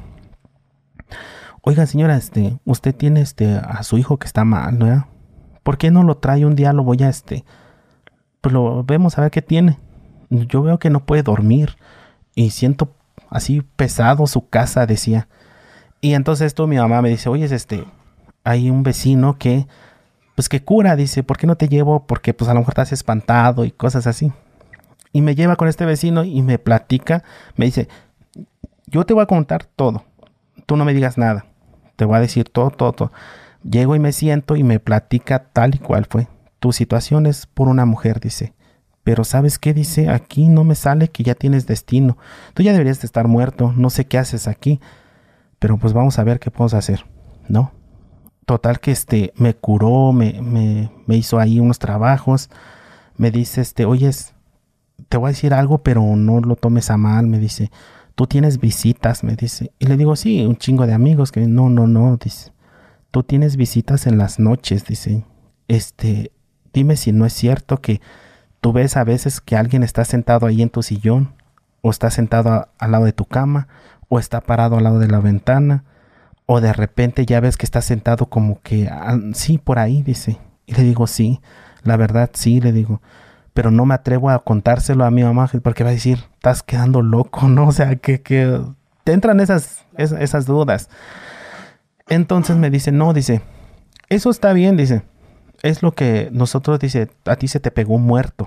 Oiga, señora, este, usted tiene, este, a su hijo que está mal, ¿no? ¿Por qué no lo trae un día? Lo voy a, este, pues lo vemos a ver qué tiene. Yo veo que no puede dormir y siento así pesado su casa, decía. Y entonces esto mi mamá me dice, oye, este... hay un vecino que, pues que cura, dice, ¿por qué no te llevo? Porque pues a lo mejor te has espantado y cosas así. Y me lleva con este vecino y me platica, me dice, yo te voy a contar todo, tú no me digas nada, te voy a decir todo, todo, todo. Llego y me siento y me platica tal y cual fue. Tu situación es por una mujer, dice, pero ¿sabes qué? Dice, aquí no me sale que ya tienes destino, tú ya deberías de estar muerto, no sé qué haces aquí, pero pues vamos a ver qué podemos hacer, ¿no? Total que este me curó, me, me, me hizo ahí unos trabajos. Me dice, este, oyes, te voy a decir algo, pero no lo tomes a mal. Me dice, tú tienes visitas, me dice. Y le digo, sí, un chingo de amigos. Que no, no, no, dice. Tú tienes visitas en las noches, dice. Este, dime si no es cierto que tú ves a veces que alguien está sentado ahí en tu sillón, o está sentado a, al lado de tu cama, o está parado al lado de la ventana. O de repente ya ves que está sentado como que, ah, sí, por ahí, dice. Y le digo, sí, la verdad, sí, le digo. Pero no me atrevo a contárselo a mi mamá porque va a decir, estás quedando loco, ¿no? O sea, que, que te entran esas, esas, esas dudas. Entonces me dice, no, dice, eso está bien, dice. Es lo que nosotros, dice, a ti se te pegó un muerto.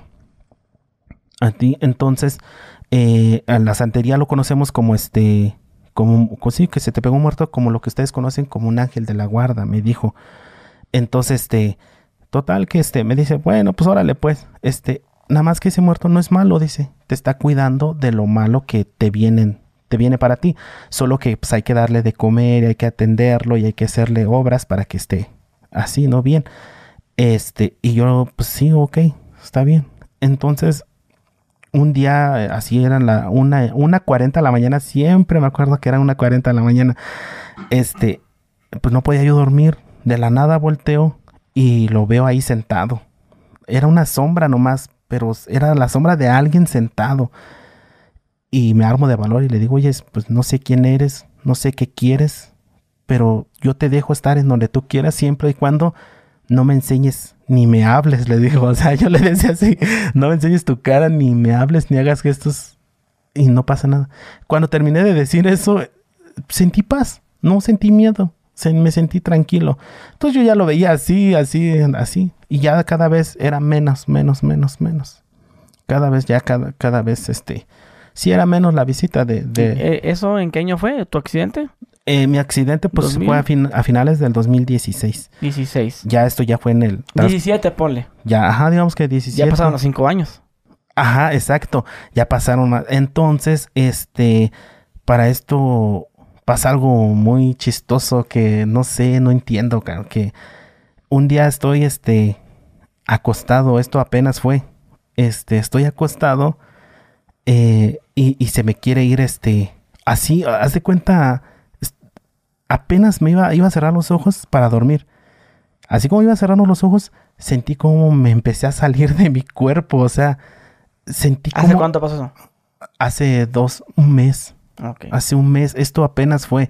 A ti, entonces, eh, a la santería lo conocemos como este... como, sí, que se te pegó un muerto, como lo que ustedes conocen como un ángel de la guarda, me dijo. Entonces, este, total que este, me dice, bueno, pues órale, pues, este, nada más que ese muerto no es malo, dice, te está cuidando de lo malo que te vienen, te viene para ti, solo que pues hay que darle de comer, y hay que atenderlo y hay que hacerle obras para que esté así, ¿no? Bien. Este, y yo, pues sí, ok, está bien. Entonces, un día, así eran la una, una cuarenta de la mañana, siempre me acuerdo que eran una cuarenta de la mañana, este, pues no podía yo dormir, de la nada volteo y lo veo ahí sentado. Era una sombra nomás, pero era la sombra de alguien sentado. Y me armo de valor y le digo, oye, pues no sé quién eres, no sé qué quieres, pero yo te dejo estar en donde tú quieras siempre y cuando no me enseñes ni me hables, le digo. O sea, yo le decía así, no me enseñes tu cara, ni me hables, ni hagas gestos y no pasa nada. Cuando terminé de decir eso, sentí paz, no sentí miedo. Se, me sentí tranquilo. Entonces yo ya lo veía así, así, así. Y ya cada vez era menos, menos, menos, menos. Cada vez ya, cada, cada vez, este... Sí era menos la visita de... de... ¿Eso en qué año fue? ¿Tu accidente? Eh, mi accidente, pues, ¿dos mil? Fue a, fin, a finales del dos mil dieciséis. dieciséis. Ya esto ya fue en el... diecisiete, ponle. Ya, ajá, digamos que diecisiete. Ya pasaron los cinco años. Ajá, exacto. Ya pasaron más. Entonces, este... Para esto pasa algo muy chistoso que no sé, no entiendo, claro, que un día estoy, este... acostado. Esto apenas fue. Este, estoy acostado... Eh, y, y se me quiere ir, este... Así, haz de cuenta... Apenas me iba, iba a cerrar los ojos para dormir. Así como iba a cerrar los ojos, sentí como me empecé a salir de mi cuerpo. O sea, sentí como... ¿Hace cuánto pasó eso? Hace dos, un mes. Okay. Hace un mes. Esto apenas fue.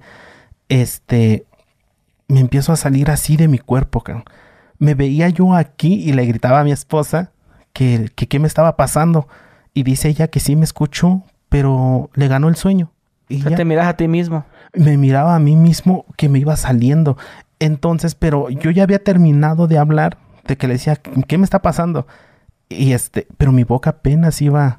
Este... Me empiezo a salir así de mi cuerpo, cabrón. Me veía yo aquí y le gritaba a mi esposa que, que qué me estaba pasando. Y dice ella que sí me escuchó, pero le ganó el sueño. Y o sea, ya te miras a ti mismo. Me miraba a mí mismo que me iba saliendo. Entonces, pero yo ya había terminado de hablar, de que le decía, ¿qué me está pasando? Y este, pero mi boca apenas iba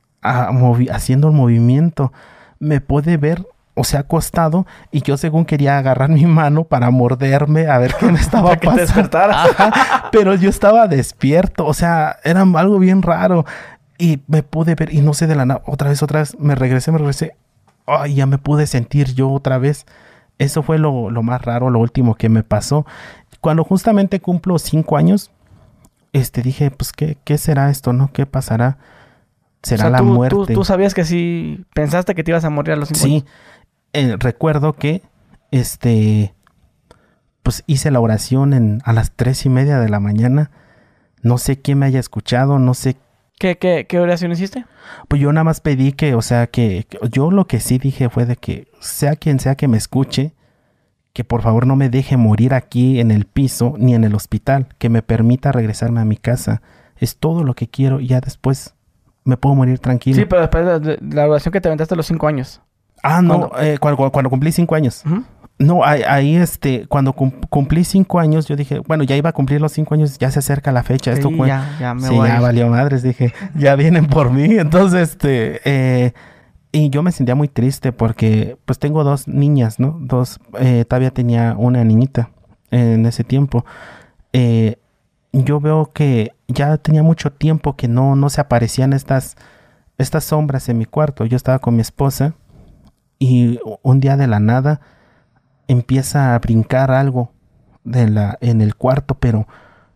a movi- haciendo el movimiento. Me puede ver, o sea, acostado, y yo según quería agarrar mi mano para morderme a ver qué me estaba para que pasando. te despertaras. Pero yo estaba despierto, o sea, era algo bien raro. Y me pude ver, y no sé de la nada, otra vez, otra vez, me regresé, me regresé. Ay, ya me pude sentir yo otra vez. Eso fue lo, lo más raro, lo último que me pasó. Cuando justamente cumplo cinco años, este, dije, pues, ¿qué, qué será esto, no? ¿Qué pasará? ¿Será o sea, la tú, muerte? Tú, tú sabías que sí, pensaste que te ibas a morir a los cinco años. Sí, eh, recuerdo que, este, pues, hice la oración en, a las tres y media de la mañana. No sé quién me haya escuchado, no sé ¿Qué, qué, ¿Qué oración hiciste? Pues yo nada más pedí que, o sea, que, que yo lo que sí dije fue de que sea quien sea que me escuche, que por favor no me deje morir aquí en el piso ni en el hospital, que me permita regresarme a mi casa. Es todo lo que quiero y ya después me puedo morir tranquilo. Sí, pero después de la oración que te aventaste a los cinco años. Ah, no, cuando, eh, cuando, cuando cumplí cinco años. Uh-huh. No, ahí, ahí, este, cuando cumplí cinco años, yo dije, bueno, ya iba a cumplir los cinco años, ya se acerca la fecha. Sí, Esto fue, ya, ya me sí, voy ya valió madres, dije, ya vienen por mí. Entonces, este, eh, y yo me sentía muy triste porque, pues, tengo dos niñas, ¿no? Dos, eh, todavía tenía una niñita en ese tiempo. Eh, yo veo que ya tenía mucho tiempo que no, no se aparecían estas, estas sombras en mi cuarto. Yo estaba con mi esposa y un día de la nada empieza a brincar algo de la, en el cuarto, pero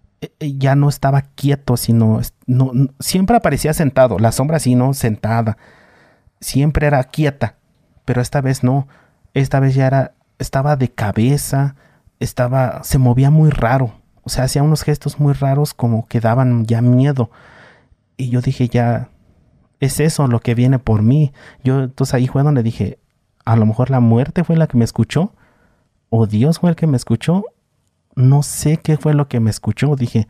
ya no estaba quieto, sino no, no, siempre aparecía sentado, la sombra sí, no, sentada, siempre era quieta, pero esta vez no, esta vez ya era, estaba de cabeza, estaba, se movía muy raro, o sea, hacía unos gestos muy raros como que daban ya miedo, y yo dije, ya, es eso lo que viene por mí. Yo, entonces ahí fue donde dije, a lo mejor la muerte fue la que me escuchó, o Dios fue el que me escuchó. No sé qué fue lo que me escuchó. Dije,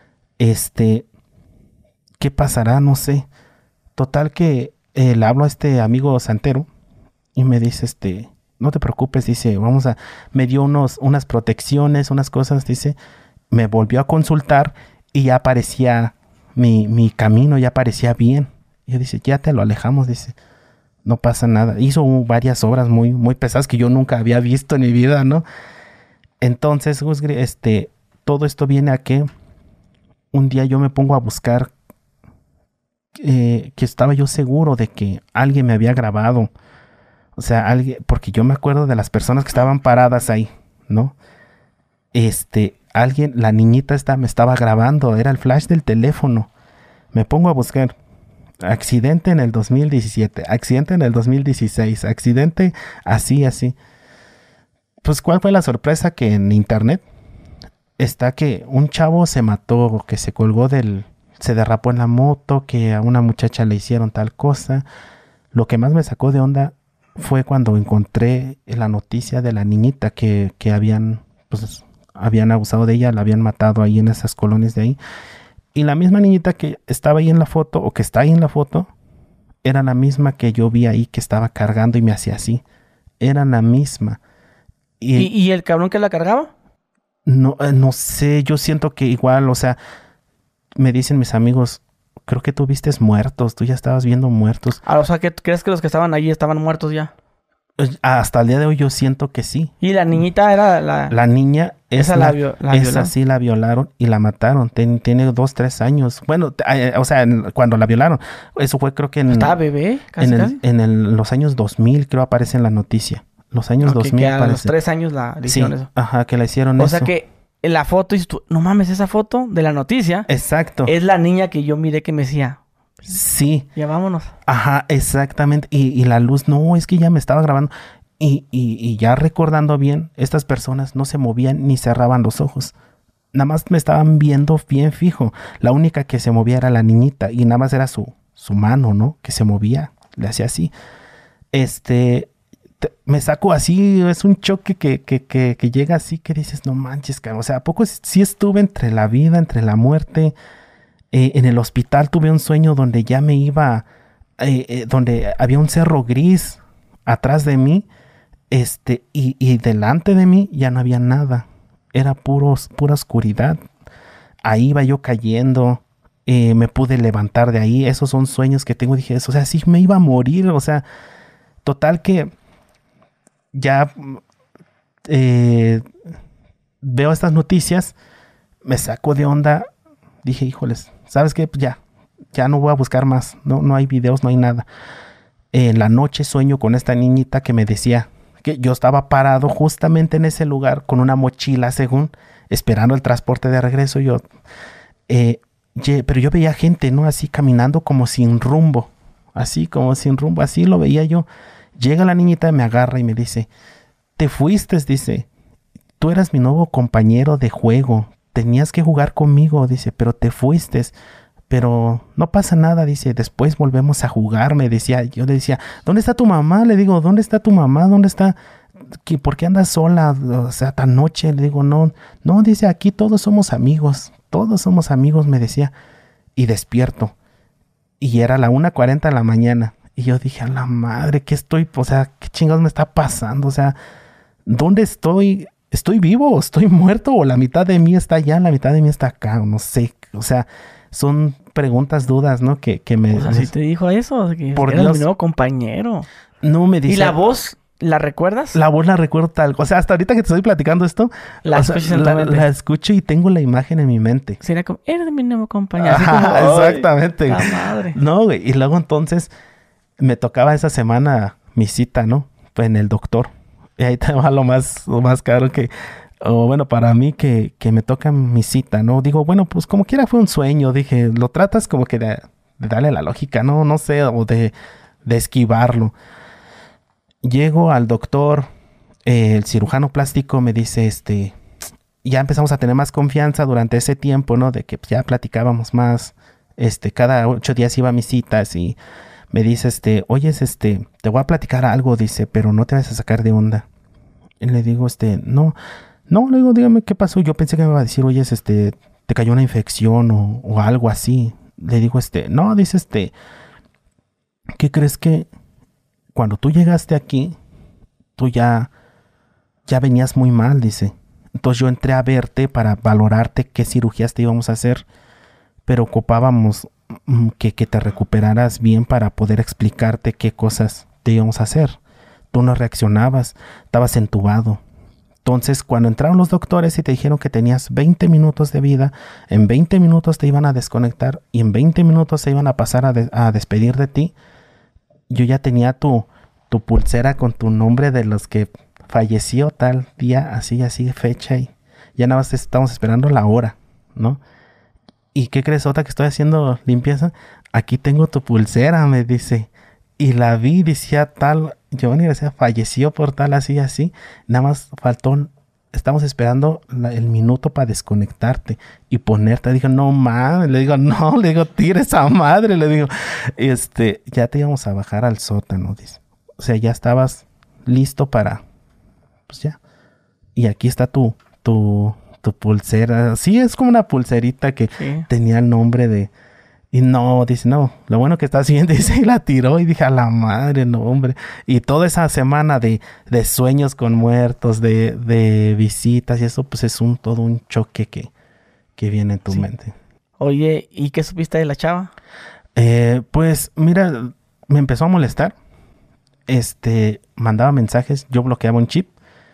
este, ¿qué pasará? No sé. Total que eh, le hablo a este amigo santero y me dice, este, no te preocupes, dice, vamos a, me dio unos, unas protecciones, unas cosas, dice, me volvió a consultar y ya parecía, mi, mi camino ya parecía bien. Y yo dice, ya te lo alejamos, dice. No pasa nada. Hizo varias obras muy, muy pesadas que yo nunca había visto en mi vida, ¿no? Entonces, este, todo esto viene a que un día yo me pongo a buscar eh, que estaba yo seguro de que alguien me había grabado. O sea, alguien, porque yo me acuerdo de las personas que estaban paradas ahí, ¿no? Este, alguien, la niñita esta me estaba grabando, era el flash del teléfono. Me pongo a buscar. Accidente en el dos mil diecisiete, accidente en el dos mil dieciséis, accidente así, así. Pues, ¿cuál fue la sorpresa? Que en internet está que un chavo se mató, que se colgó del, se derrapó en la moto, que a una muchacha le hicieron tal cosa. Lo que más me sacó de onda fue cuando encontré la noticia de la niñita que, que habían, pues, habían abusado de ella, la habían matado ahí en esas colonias de ahí. Y la misma niñita que estaba ahí en la foto, o que está ahí en la foto, era la misma que yo vi ahí que estaba cargando y me hacía así. Era la misma. ¿Y, ¿Y, y el cabrón que la cargaba? No, no sé, yo siento que igual, o sea, me dicen mis amigos, creo que tú vistes muertos, tú ya estabas viendo muertos. Ah, o sea, ¿qué, ¿crees que los que estaban allí estaban muertos ya? Hasta el día de hoy yo siento que sí. ¿Y la niñita era la...? La niña, esa la, la, vio, la esa violaron. sí la violaron y la mataron. Ten, tiene dos, tres años. Bueno, eh, o sea, en, cuando la violaron. Eso fue creo que en... ¿Estaba bebé? Casi, en, el, casi. en el, los años dos mil creo aparece en la noticia. Los años okay, dos mil que a parece. los tres años la le hicieron sí, eso. Ajá, que la hicieron o eso. O sea que en la foto dices tú, no mames, esa foto de la noticia. Exacto. Es la niña que yo miré que me decía... Sí. Ya vámonos. Ajá, exactamente. Y, y la luz, no, es que ya me estaba grabando. Y, y, y ya recordando bien, estas personas no se movían ni cerraban los ojos. Nada más me estaban viendo bien fijo. La única que se movía era la niñita. Y nada más era su, su mano, ¿no? Que se movía. Le hacía así. Este... Te, me saco así. Es un choque que, que, que, que llega así que dices, no manches, cara. O sea, ¿a poco sí estuve entre la vida, entre la muerte? Eh, en el hospital tuve un sueño donde ya me iba... Eh, eh, donde había un cerro gris atrás de mí. Este, y, y delante de mí ya no había nada. Era puros, pura oscuridad. Ahí iba yo cayendo. Eh, me pude levantar de ahí. Esos son sueños que tengo. Dije, o sea, sí me iba a morir. O sea, total que ya eh, veo estas noticias. Me saco de onda. Dije, híjoles, ¿sabes qué? Pues ya, ya no voy a buscar más. No, no hay videos, no hay nada. En la noche sueño con esta niñita que me decía que yo estaba parado justamente en ese lugar con una mochila, según, esperando el transporte de regreso. Yo, eh, ye, pero yo veía gente, ¿no? Así caminando como sin rumbo, así como sin rumbo, así lo veía yo. Llega la niñita, me agarra y me dice, te fuiste, dice, tú eras mi nuevo compañero de juego, tenías que jugar conmigo, dice, pero te fuiste. Pero no pasa nada, dice, después volvemos a jugar, me decía, yo le decía, ¿dónde está tu mamá? Le digo, ¿dónde está tu mamá? ¿Dónde está? ¿Por qué andas sola? O sea, tan noche, le digo, no, no, dice, aquí todos somos amigos, todos somos amigos, me decía, y despierto, y era la una cuarenta de la mañana, y yo dije, a la madre, ¿qué estoy? O sea, ¿qué chingados me está pasando? O sea, ¿dónde estoy? ¿Estoy vivo o estoy muerto? ¿O la mitad de mí está allá, la mitad de mí está acá? No sé, o sea... Son preguntas, dudas, ¿no? Que, que me... O sea, ¿sí te dijo eso? Que por era Dios, mi nuevo compañero. No me dice... ¿Y la voz? ¿La recuerdas? La voz la recuerdo tal... O sea, hasta ahorita que te estoy platicando esto... La, o sea, escuchas en la, tu mente. la escucho y tengo la imagen en mi mente. Sería como... Eres mi nuevo compañero. Así Ajá, como, exactamente. La madre. No, güey. Y luego entonces... Me tocaba esa semana mi cita, ¿no? Pues en el doctor. Y ahí te va lo más, lo más caro que... O bueno, para mí que, que me toca mi cita, ¿no? Digo, bueno, pues como quiera fue un sueño. Dije, lo tratas como que de, de darle la lógica, ¿no? No sé, o de, de esquivarlo. Llego al doctor, eh, el cirujano plástico me dice, este... Ya empezamos a tener más confianza durante ese tiempo, ¿no? De que pues, ya platicábamos más. Este, cada ocho días iba a mis citas y me dice, este... Oye, este, te voy a platicar algo, dice, pero no te vas a sacar de onda. Y le digo, este, no... No, le digo, dígame qué pasó. Yo pensé que me iba a decir, oye, este, te cayó una infección o, o algo así. Le digo, este, no, dice, este, ¿qué crees que cuando tú llegaste aquí, tú ya, ya venías muy mal, dice. Entonces yo entré a verte para valorarte qué cirugías te íbamos a hacer, pero ocupábamos mm, que, que te recuperaras bien para poder explicarte qué cosas te íbamos a hacer. Tú no reaccionabas, estabas entubado. Entonces, cuando entraron los doctores y te dijeron que tenías veinte minutos de vida, en veinte minutos te iban a desconectar y en veinte minutos se iban a pasar a, de, a despedir de ti, yo ya tenía tu, tu pulsera con tu nombre de los que falleció tal día, así, así, fecha, y ya nada más estamos esperando la hora, ¿no? ¿Y qué crees, otra que estoy haciendo limpieza? Aquí tengo tu pulsera, me dice. Y la vi, decía tal, Giovanni decía, falleció por tal, así, así. Nada más faltó, estamos esperando la, el minuto para desconectarte y ponerte. Digo, no mames, le digo, no, le digo, tira esa madre, le digo, este, ya te íbamos a bajar al sótano, dice. O sea, ya estabas listo para, pues ya. Y aquí está tu, tu, tu pulsera. Sí, es como una pulserita que sí tenía el nombre de... Y no, dice, no, lo bueno que está haciendo, dice, y la tiró y dije, a la madre, no, hombre. Y toda esa semana de, de sueños con muertos, de, de visitas y eso, pues es un todo un choque que, que viene en tu Sí. mente. Oye, ¿y qué supiste de la chava? Eh, pues, mira, me empezó a molestar. Este, mandaba mensajes, yo bloqueaba un chip.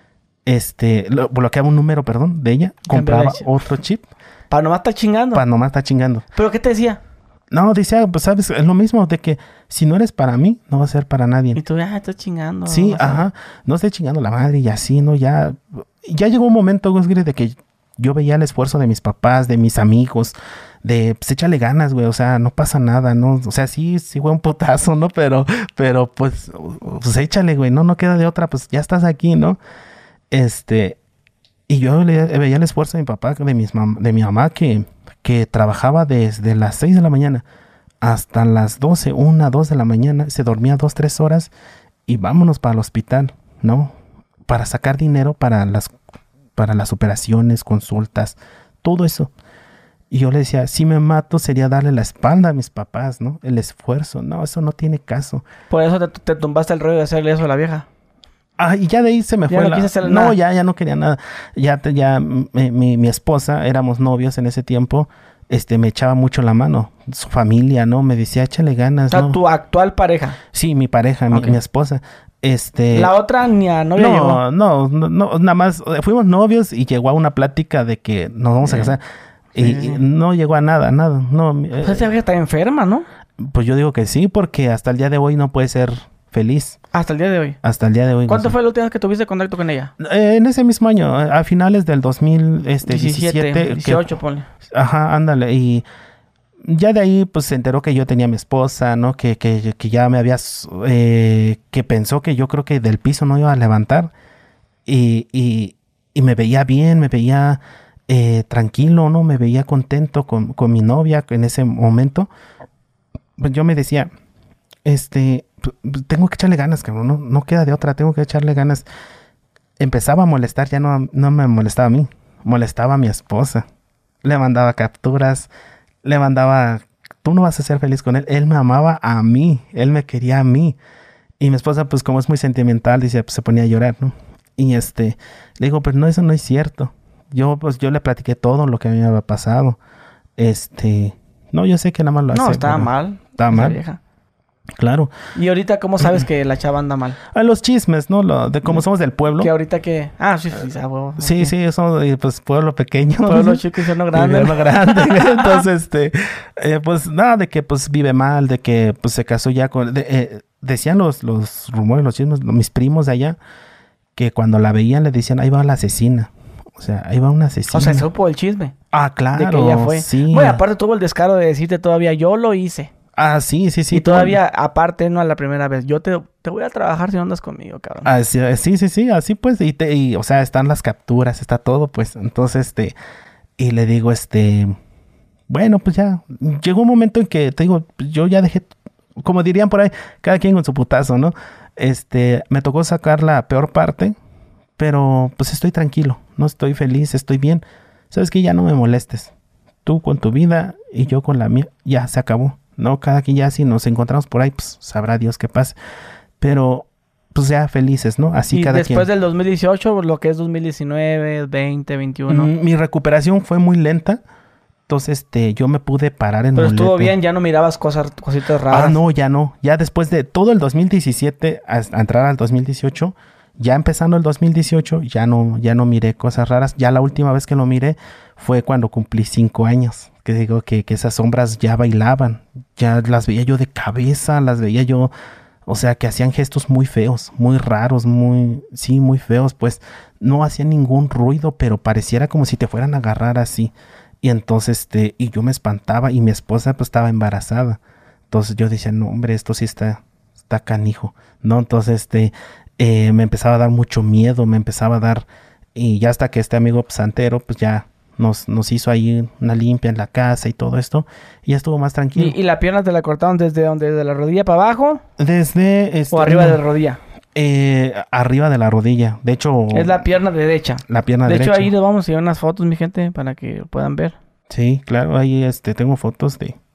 Este, lo- bloqueaba un número, perdón, de ella. Cambiaba Compraba de chip. otro chip Para nomás estar chingando. para nomás estar chingando. ¿Pero qué te decía? No, decía, pues, sabes, es lo mismo de que si no eres para mí, no va a ser para nadie. Y tú, ah, estás chingando. Sí, o sea, ajá. No estoy chingando la madre y así, ¿no? Ya, ya llegó un momento, Gus Gris, de que yo veía el esfuerzo de mis papás, de mis amigos, de, pues, échale ganas, güey. O sea, no pasa nada, ¿no? O sea, sí, sí, güey, un putazo, ¿no? Pero, pero, pues, pues, échale, güey. No, no queda de otra. Pues, ya estás aquí, ¿no? Este, y yo le, veía el esfuerzo de mi papá, de, mis mam- de mi mamá, que, que trabajaba desde las seis de la mañana hasta las doce, una, dos de la mañana. Se dormía dos, tres horas y vámonos para el hospital, ¿no? Para sacar dinero para las, para las operaciones, consultas, todo eso. Y yo le decía, si me mato sería darle la espalda a mis papás, ¿no? El esfuerzo, no, eso no tiene caso. Por eso te, te tumbaste el rollo de hacerle eso a la vieja. Ah, y ya de ahí se me Ya fue no la... quise hacerle No, nada. ya, ya no quería nada. Ya, te- ya mi, mi, mi esposa, éramos novios en ese tiempo, este, me echaba mucho la mano. Su familia, ¿no? Me decía, échale O ganas, sea, ¿no? tu actual pareja. Sí, mi pareja, mi, Ok. mi esposa. Este... La otra ni a novia llegó. no, no, no, no, nada más, eh, fuimos novios y llegó a una plática de que nos vamos a Sí. casar. Sí, Y, sí. y no llegó a nada, nada. No, mi- Pues eh, esa vieja está enferma, ¿no? pues yo digo que sí, porque hasta el día de hoy no puede ser feliz. Hasta el día de hoy. Hasta el día de hoy. no ¿Cuánto sé. fue la última vez que tuviste contacto con ella? Eh, en ese mismo año, a a finales del dos mil diecisiete. que- dieciocho, ponle. Ajá, ándale. Y ya de ahí, pues se enteró que yo tenía a mi esposa, ¿no? Que, que, que ya me había... s- eh, que pensó que yo creo que del piso no iba a levantar. Y, y, y me veía bien, me veía eh, tranquilo, ¿no? Me veía contento con, con mi novia en ese momento. Pues yo me decía, este, p- p- tengo que echarle ganas, cabrón. No, no queda de otra, tengo que echarle ganas. Empezaba a molestar, ya no, no me molestaba a mí, molestaba a mi esposa. Le mandaba capturas, le mandaba, tú no vas a ser feliz con él. Él me amaba a mí, él me quería a mí. Y mi esposa, pues como es muy sentimental, dice, pues se ponía a llorar, ¿no? Y este, le digo, pero no, eso no es cierto. Yo, pues yo le platiqué todo lo que a mí me había pasado. Este, no, yo sé que nada más lo hace. No, estaba pero- mal. Estaba esa mal. vieja. Claro. Y ahorita, ¿cómo sabes que la chava anda mal? A los chismes, ¿no? Lo, de cómo somos del pueblo. Que ahorita que... Ah, sí, sí, a huevo. Sí, Ok. sí, somos eh, pues pueblo pequeño. Pueblo chico y infierno grande. Infierno grande. Entonces, este, eh, pues nada, de que pues vive mal, de que pues se casó ya con... de- eh, decían los, los rumores, los chismes, lo- mis primos de allá, que cuando la veían le decían, ahí va la asesina. O sea, ahí va una asesina. O sea, supo el chisme. Ah, claro. De que ella fue. Sí. Bueno, aparte tuvo el descaro de decirte todavía, yo lo hice. Ah, sí, sí, sí. y todo- todavía, aparte, no a la primera vez. Yo te, te voy a trabajar si no andas conmigo, cabrón. Ah, sí, eh, sí, sí, sí, así pues, y, te, y, o sea, están las capturas, está todo, pues, entonces, este, y le digo, este, bueno, pues ya, llegó un momento en que, te digo, pues, yo ya dejé, como dirían por ahí, cada quien con su putazo, ¿no? Este, me tocó sacar la peor parte, pero, pues, estoy tranquilo, no estoy feliz, estoy bien, sabes que ya no me molestes, tú con tu vida y yo con la mía, ya, se acabó, ¿no? Cada quien ya, si nos encontramos por ahí, pues, sabrá Dios qué pasa, pero... pues ya felices, ¿no? Así y cada después quien. del dos mil dieciocho, lo que es dos mil diecinueve, veinte, veintiuno. Mm, mi recuperación fue muy lenta. Entonces, este, yo me pude parar en Pero estuvo muleta. bien, ya no mirabas cosas, cositas raras. Ah, no, ya no. Ya después de todo el dos mil diecisiete a, a entrar al dos mil dieciocho, ya empezando el dos mil dieciocho, ya no, ya no miré cosas raras. Ya la última vez que lo miré fue cuando cumplí cinco años. Que digo que, que esas sombras ya bailaban. Ya las veía yo de cabeza, las veía yo... O sea, que hacían gestos muy feos, muy raros, muy... Sí, muy feos, pues. No hacían ningún ruido, pero pareciera como si te fueran a agarrar así. Y entonces, este... Y yo me espantaba y mi esposa, pues, estaba embarazada. Entonces, yo decía, no, hombre, esto sí está... Está canijo, ¿no? Entonces, este... eh, me empezaba a dar mucho miedo, me empezaba a dar... Y ya hasta que este amigo pues, santero, pues, ya... Nos, nos hizo ahí una limpia en la casa y todo esto. Y ya estuvo más tranquilo. ¿Y, y la pierna te la cortaron desde donde? ¿De la rodilla para abajo? Desde... Este, ¿O arriba no, de la rodilla? eh, arriba de la rodilla. De hecho... Es la pierna derecha. la pierna De derecha. hecho, ahí les vamos a enseñar unas fotos, mi gente, para que puedan ver. Sí, claro. Ahí este, tengo fotos de,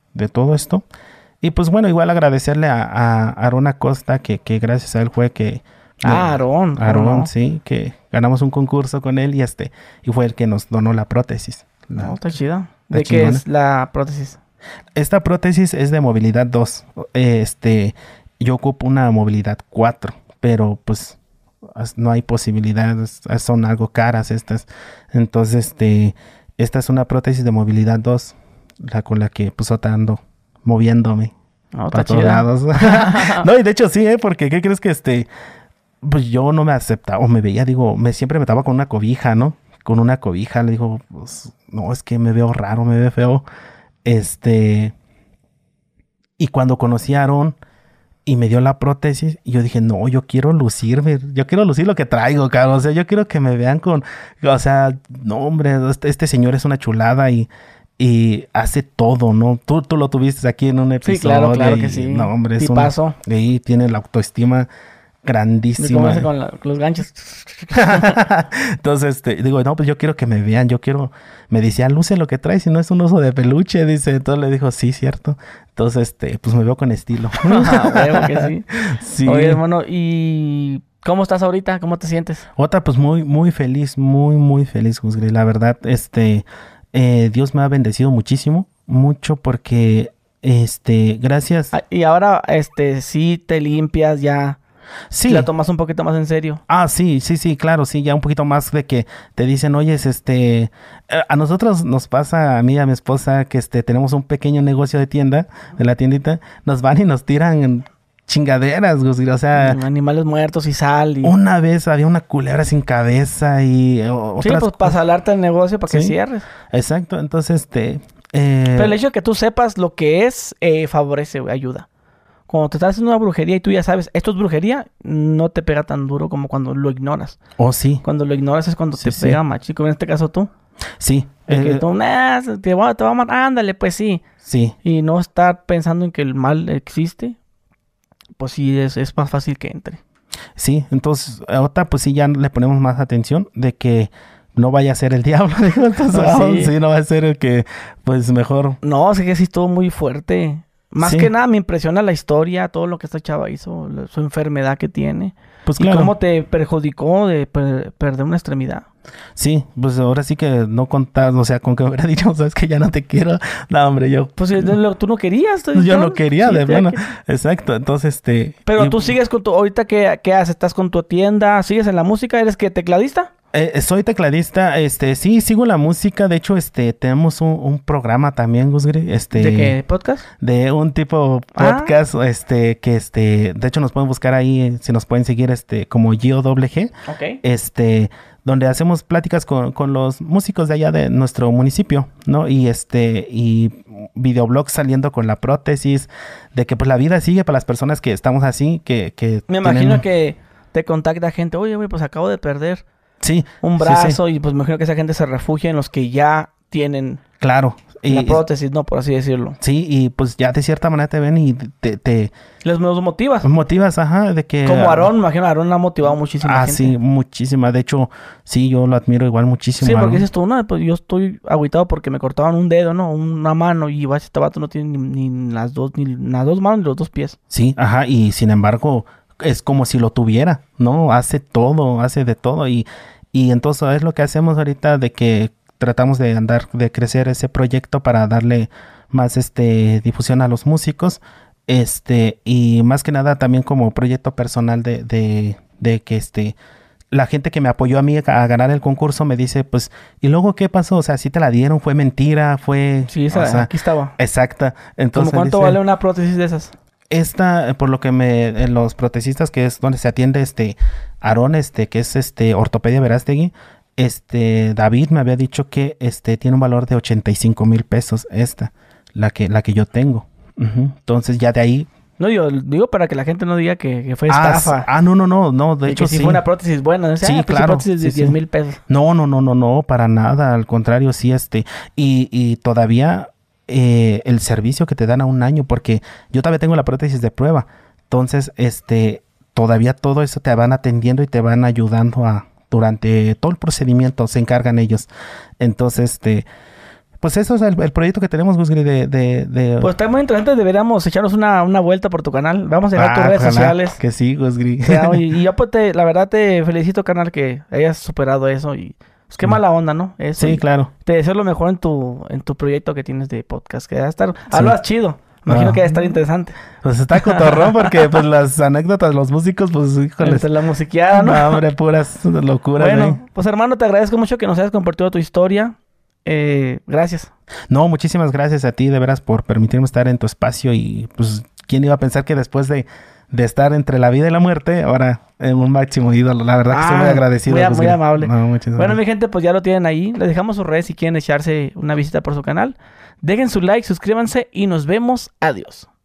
de todo esto. Y pues bueno, igual agradecerle a, a Aarón Acosta, que, que gracias a él fue que... Ah, Aarón. Aarón, no? sí, que ganamos un concurso con él y este y fue el que nos donó la prótesis. La, No, está chido. ¿De está qué chingona. es la prótesis? Esta prótesis es de movilidad dos. Este, yo ocupo una movilidad cuatro, pero pues as- no hay posibilidades, as- son algo caras estas. Entonces, este, esta es una prótesis de movilidad dos, la con la que pues ahorita ando moviéndome No, para está todos chida. lados. No, y de hecho sí, ¿eh? Porque ¿qué crees que este? Pues yo no me aceptaba, o me veía, digo, me siempre me estaba con una cobija, ¿no? Con una cobija, le digo, pues, no, es que me veo raro, me veo feo. Este, y cuando conocí a Aarón y me dio la prótesis, y yo dije, no, yo quiero lucirme, yo quiero lucir lo que traigo, cabrón. O sea, yo quiero que me vean con, o sea, no, hombre, este, este señor es una chulada y, y hace todo, ¿no? Tú, tú lo tuviste aquí en un episodio. Sí, claro, claro que y, sí. No, hombre, es un, Tipazo. y tiene la autoestima ¿Cómo grandísima. hace con, la- con los ganchos? Entonces, este, digo, no, pues yo quiero que me vean, yo quiero, me decía, luce lo que traes, si no es un oso de peluche, dice, entonces le dijo, sí, cierto, entonces, este, pues me veo con estilo. Ah, huevo que sí. Sí. Oye, hermano, ¿y cómo estás ahorita? ¿Cómo te sientes? Otra, pues muy, muy feliz, muy, muy feliz, Juzgri, la verdad, este, eh, Dios me ha bendecido muchísimo, mucho porque, este, gracias, Ah, y ahora, este, sí te limpias ya. sí. La tomas un poquito más en serio. Ah, sí, sí, sí, claro, sí, ya un poquito más de que te dicen, oye, este, eh, a nosotros nos pasa, a mí y a mi esposa, que este, tenemos un pequeño negocio de tienda, de la tiendita, nos van y nos tiran chingaderas, Gus, o sea, Animales muertos y sal. Y... una vez había una culebra sin cabeza y o- Sí, otras pues para cosas. salarte el negocio, para que Sí. cierres. Exacto, entonces, este, eh, Pero el hecho de que tú sepas lo que es, eh, favorece, güey, ayuda. Cuando te estás haciendo una brujería y tú ya sabes, esto es brujería, no te pega tan duro como cuando lo ignoras. oh, sí, Cuando lo ignoras es cuando Sí, te sí. pega más chico. En este caso tú. sí, De que eh, tú, "Nah, te va, te va a matar, ándale, pues sí. sí, Y no estar pensando en que el mal existe, pues sí, es, es más fácil que entre. sí, entonces, ahorita pues sí ya le ponemos más atención de que no vaya a ser el diablo, digo, entonces, Ah, oh, sí. sí, no va a ser el que, pues mejor. No, sí que sí estuvo muy fuerte. Más Sí. que nada me impresiona la historia, todo lo que esta chava hizo, la- su enfermedad que tiene. Pues Y claro, cómo te perjudicó de per- perder una extremidad. sí, pues ahora sí que no contar, o sea, con que me hubiera dicho, sabes que ya no te quiero, no, hombre, yo, Pues eh, lo- tú no querías. tú- yo tú- no quería, sí, de te- bueno, que- exacto, entonces, este. Pero y- tú sigues con tu... Ahorita, ¿qué, qué haces? ¿Estás con tu tienda? ¿Sigues en la música? ¿Eres que tecladista? eh, soy tecladista, este, sí, sigo la música, de hecho, este, tenemos un, un programa también, Gusgri, este. ¿De qué? ¿Podcast? De un tipo Ah. podcast, este, que este, de hecho nos pueden buscar ahí, eh, si nos pueden seguir, este, como Gio Doble G, Ok. este, donde hacemos pláticas con, con los músicos de allá de nuestro municipio, ¿no? Y este, y videoblogs saliendo con la prótesis, de que pues la vida sigue para las personas que estamos así, que, que Me tienen- imagino que te contacta gente. Oye, güey, pues acabo de perder sí, un sí, brazo. sí, Y pues me imagino que esa gente se refugia en los que ya tienen claro. la Y, prótesis, ¿no? Por así decirlo. sí, y pues ya de cierta manera te ven y te, te Les los motivas. motivas, ajá, de que... Como Aarón, me imagino Aarón ha motivado muchísimo Ah, gente. sí, muchísima. De hecho, sí, yo lo admiro igual muchísimo. Sí, a porque Aarón. dices tú, no, pues yo estoy agüitado porque me cortaban un dedo, ¿no? Una mano y va, este vato no tiene ni, ni las dos, ni las dos manos ni los dos pies. Sí, ajá, y sin embargo, es como si lo tuviera, ¿no? Hace todo, hace de todo. Y, y entonces es lo que hacemos ahorita de que tratamos de andar, de crecer ese proyecto para darle más este difusión a los músicos. Este, y más que nada también como proyecto personal de, de, de que este la gente que me apoyó a mí a ganar el concurso me dice, pues, ¿y luego qué pasó? O sea, ¿sí te la dieron? ¿Fue mentira? ¿Fue...? Sí, esa, o sea, aquí estaba. exacta. Entonces, ¿Cómo cuánto dice, vale una prótesis de esas? esta, por lo que me, en los protecistas, que es donde se atiende este Aarón, este, que es este Ortopedia Verástegui, este David me había dicho que este tiene un valor de ochenta y cinco mil pesos esta, la que, la que yo tengo. Ujú. Entonces ya de ahí. No, yo digo para que la gente no diga que, que fue Ah, estafa. s- ah, no, no, no, no, de y hecho que si sí. fue una prótesis buena. ¿No? Sí, Ah, pues claro, prótesis de sí, diez sí. mil pesos. No, no, no, no, no, para nada, al contrario, sí, este, y, y todavía eh, el servicio que te dan a un año, porque yo todavía tengo la prótesis de prueba, entonces, este, todavía todo eso te van atendiendo y te van ayudando a, durante todo el procedimiento, se encargan ellos, entonces, este, pues eso es el, el proyecto que tenemos, Gusgri, de, de, de... Pues está muy interesante, deberíamos echarnos una, una vuelta por tu canal. Vamos a dejar ah, tus redes sociales. Que sí, Gusgri. O sea, y, y yo pues te, la verdad te felicito, canal, que hayas superado eso y... Pues qué mala onda, ¿no? Eso, sí, claro. Te deseo lo mejor en tu, en tu proyecto que tienes de podcast. Que va a estar... Sí. Hablas chido. Imagino no. que va a estar interesante. Pues está cotorrón porque pues las anécdotas de los músicos, pues híjoles. Entre la musiqueada, ¿no? No, hombre, puras locuras. Bueno, ¿eh? Pues hermano, te agradezco mucho que nos hayas compartido tu historia. Eh, gracias. No, muchísimas gracias a ti, de veras, por permitirme estar en tu espacio. Y pues, ¿quién iba a pensar que después de, de estar entre la vida y la muerte, ahora en un máximo ídolo? La verdad que ah, estoy muy agradecido. Muy, pues, muy amable. No, bueno, mi gente, pues ya lo tienen ahí. Les dejamos sus redes si quieren echarse una visita por su canal. Dejen su like, suscríbanse y nos vemos. Adiós.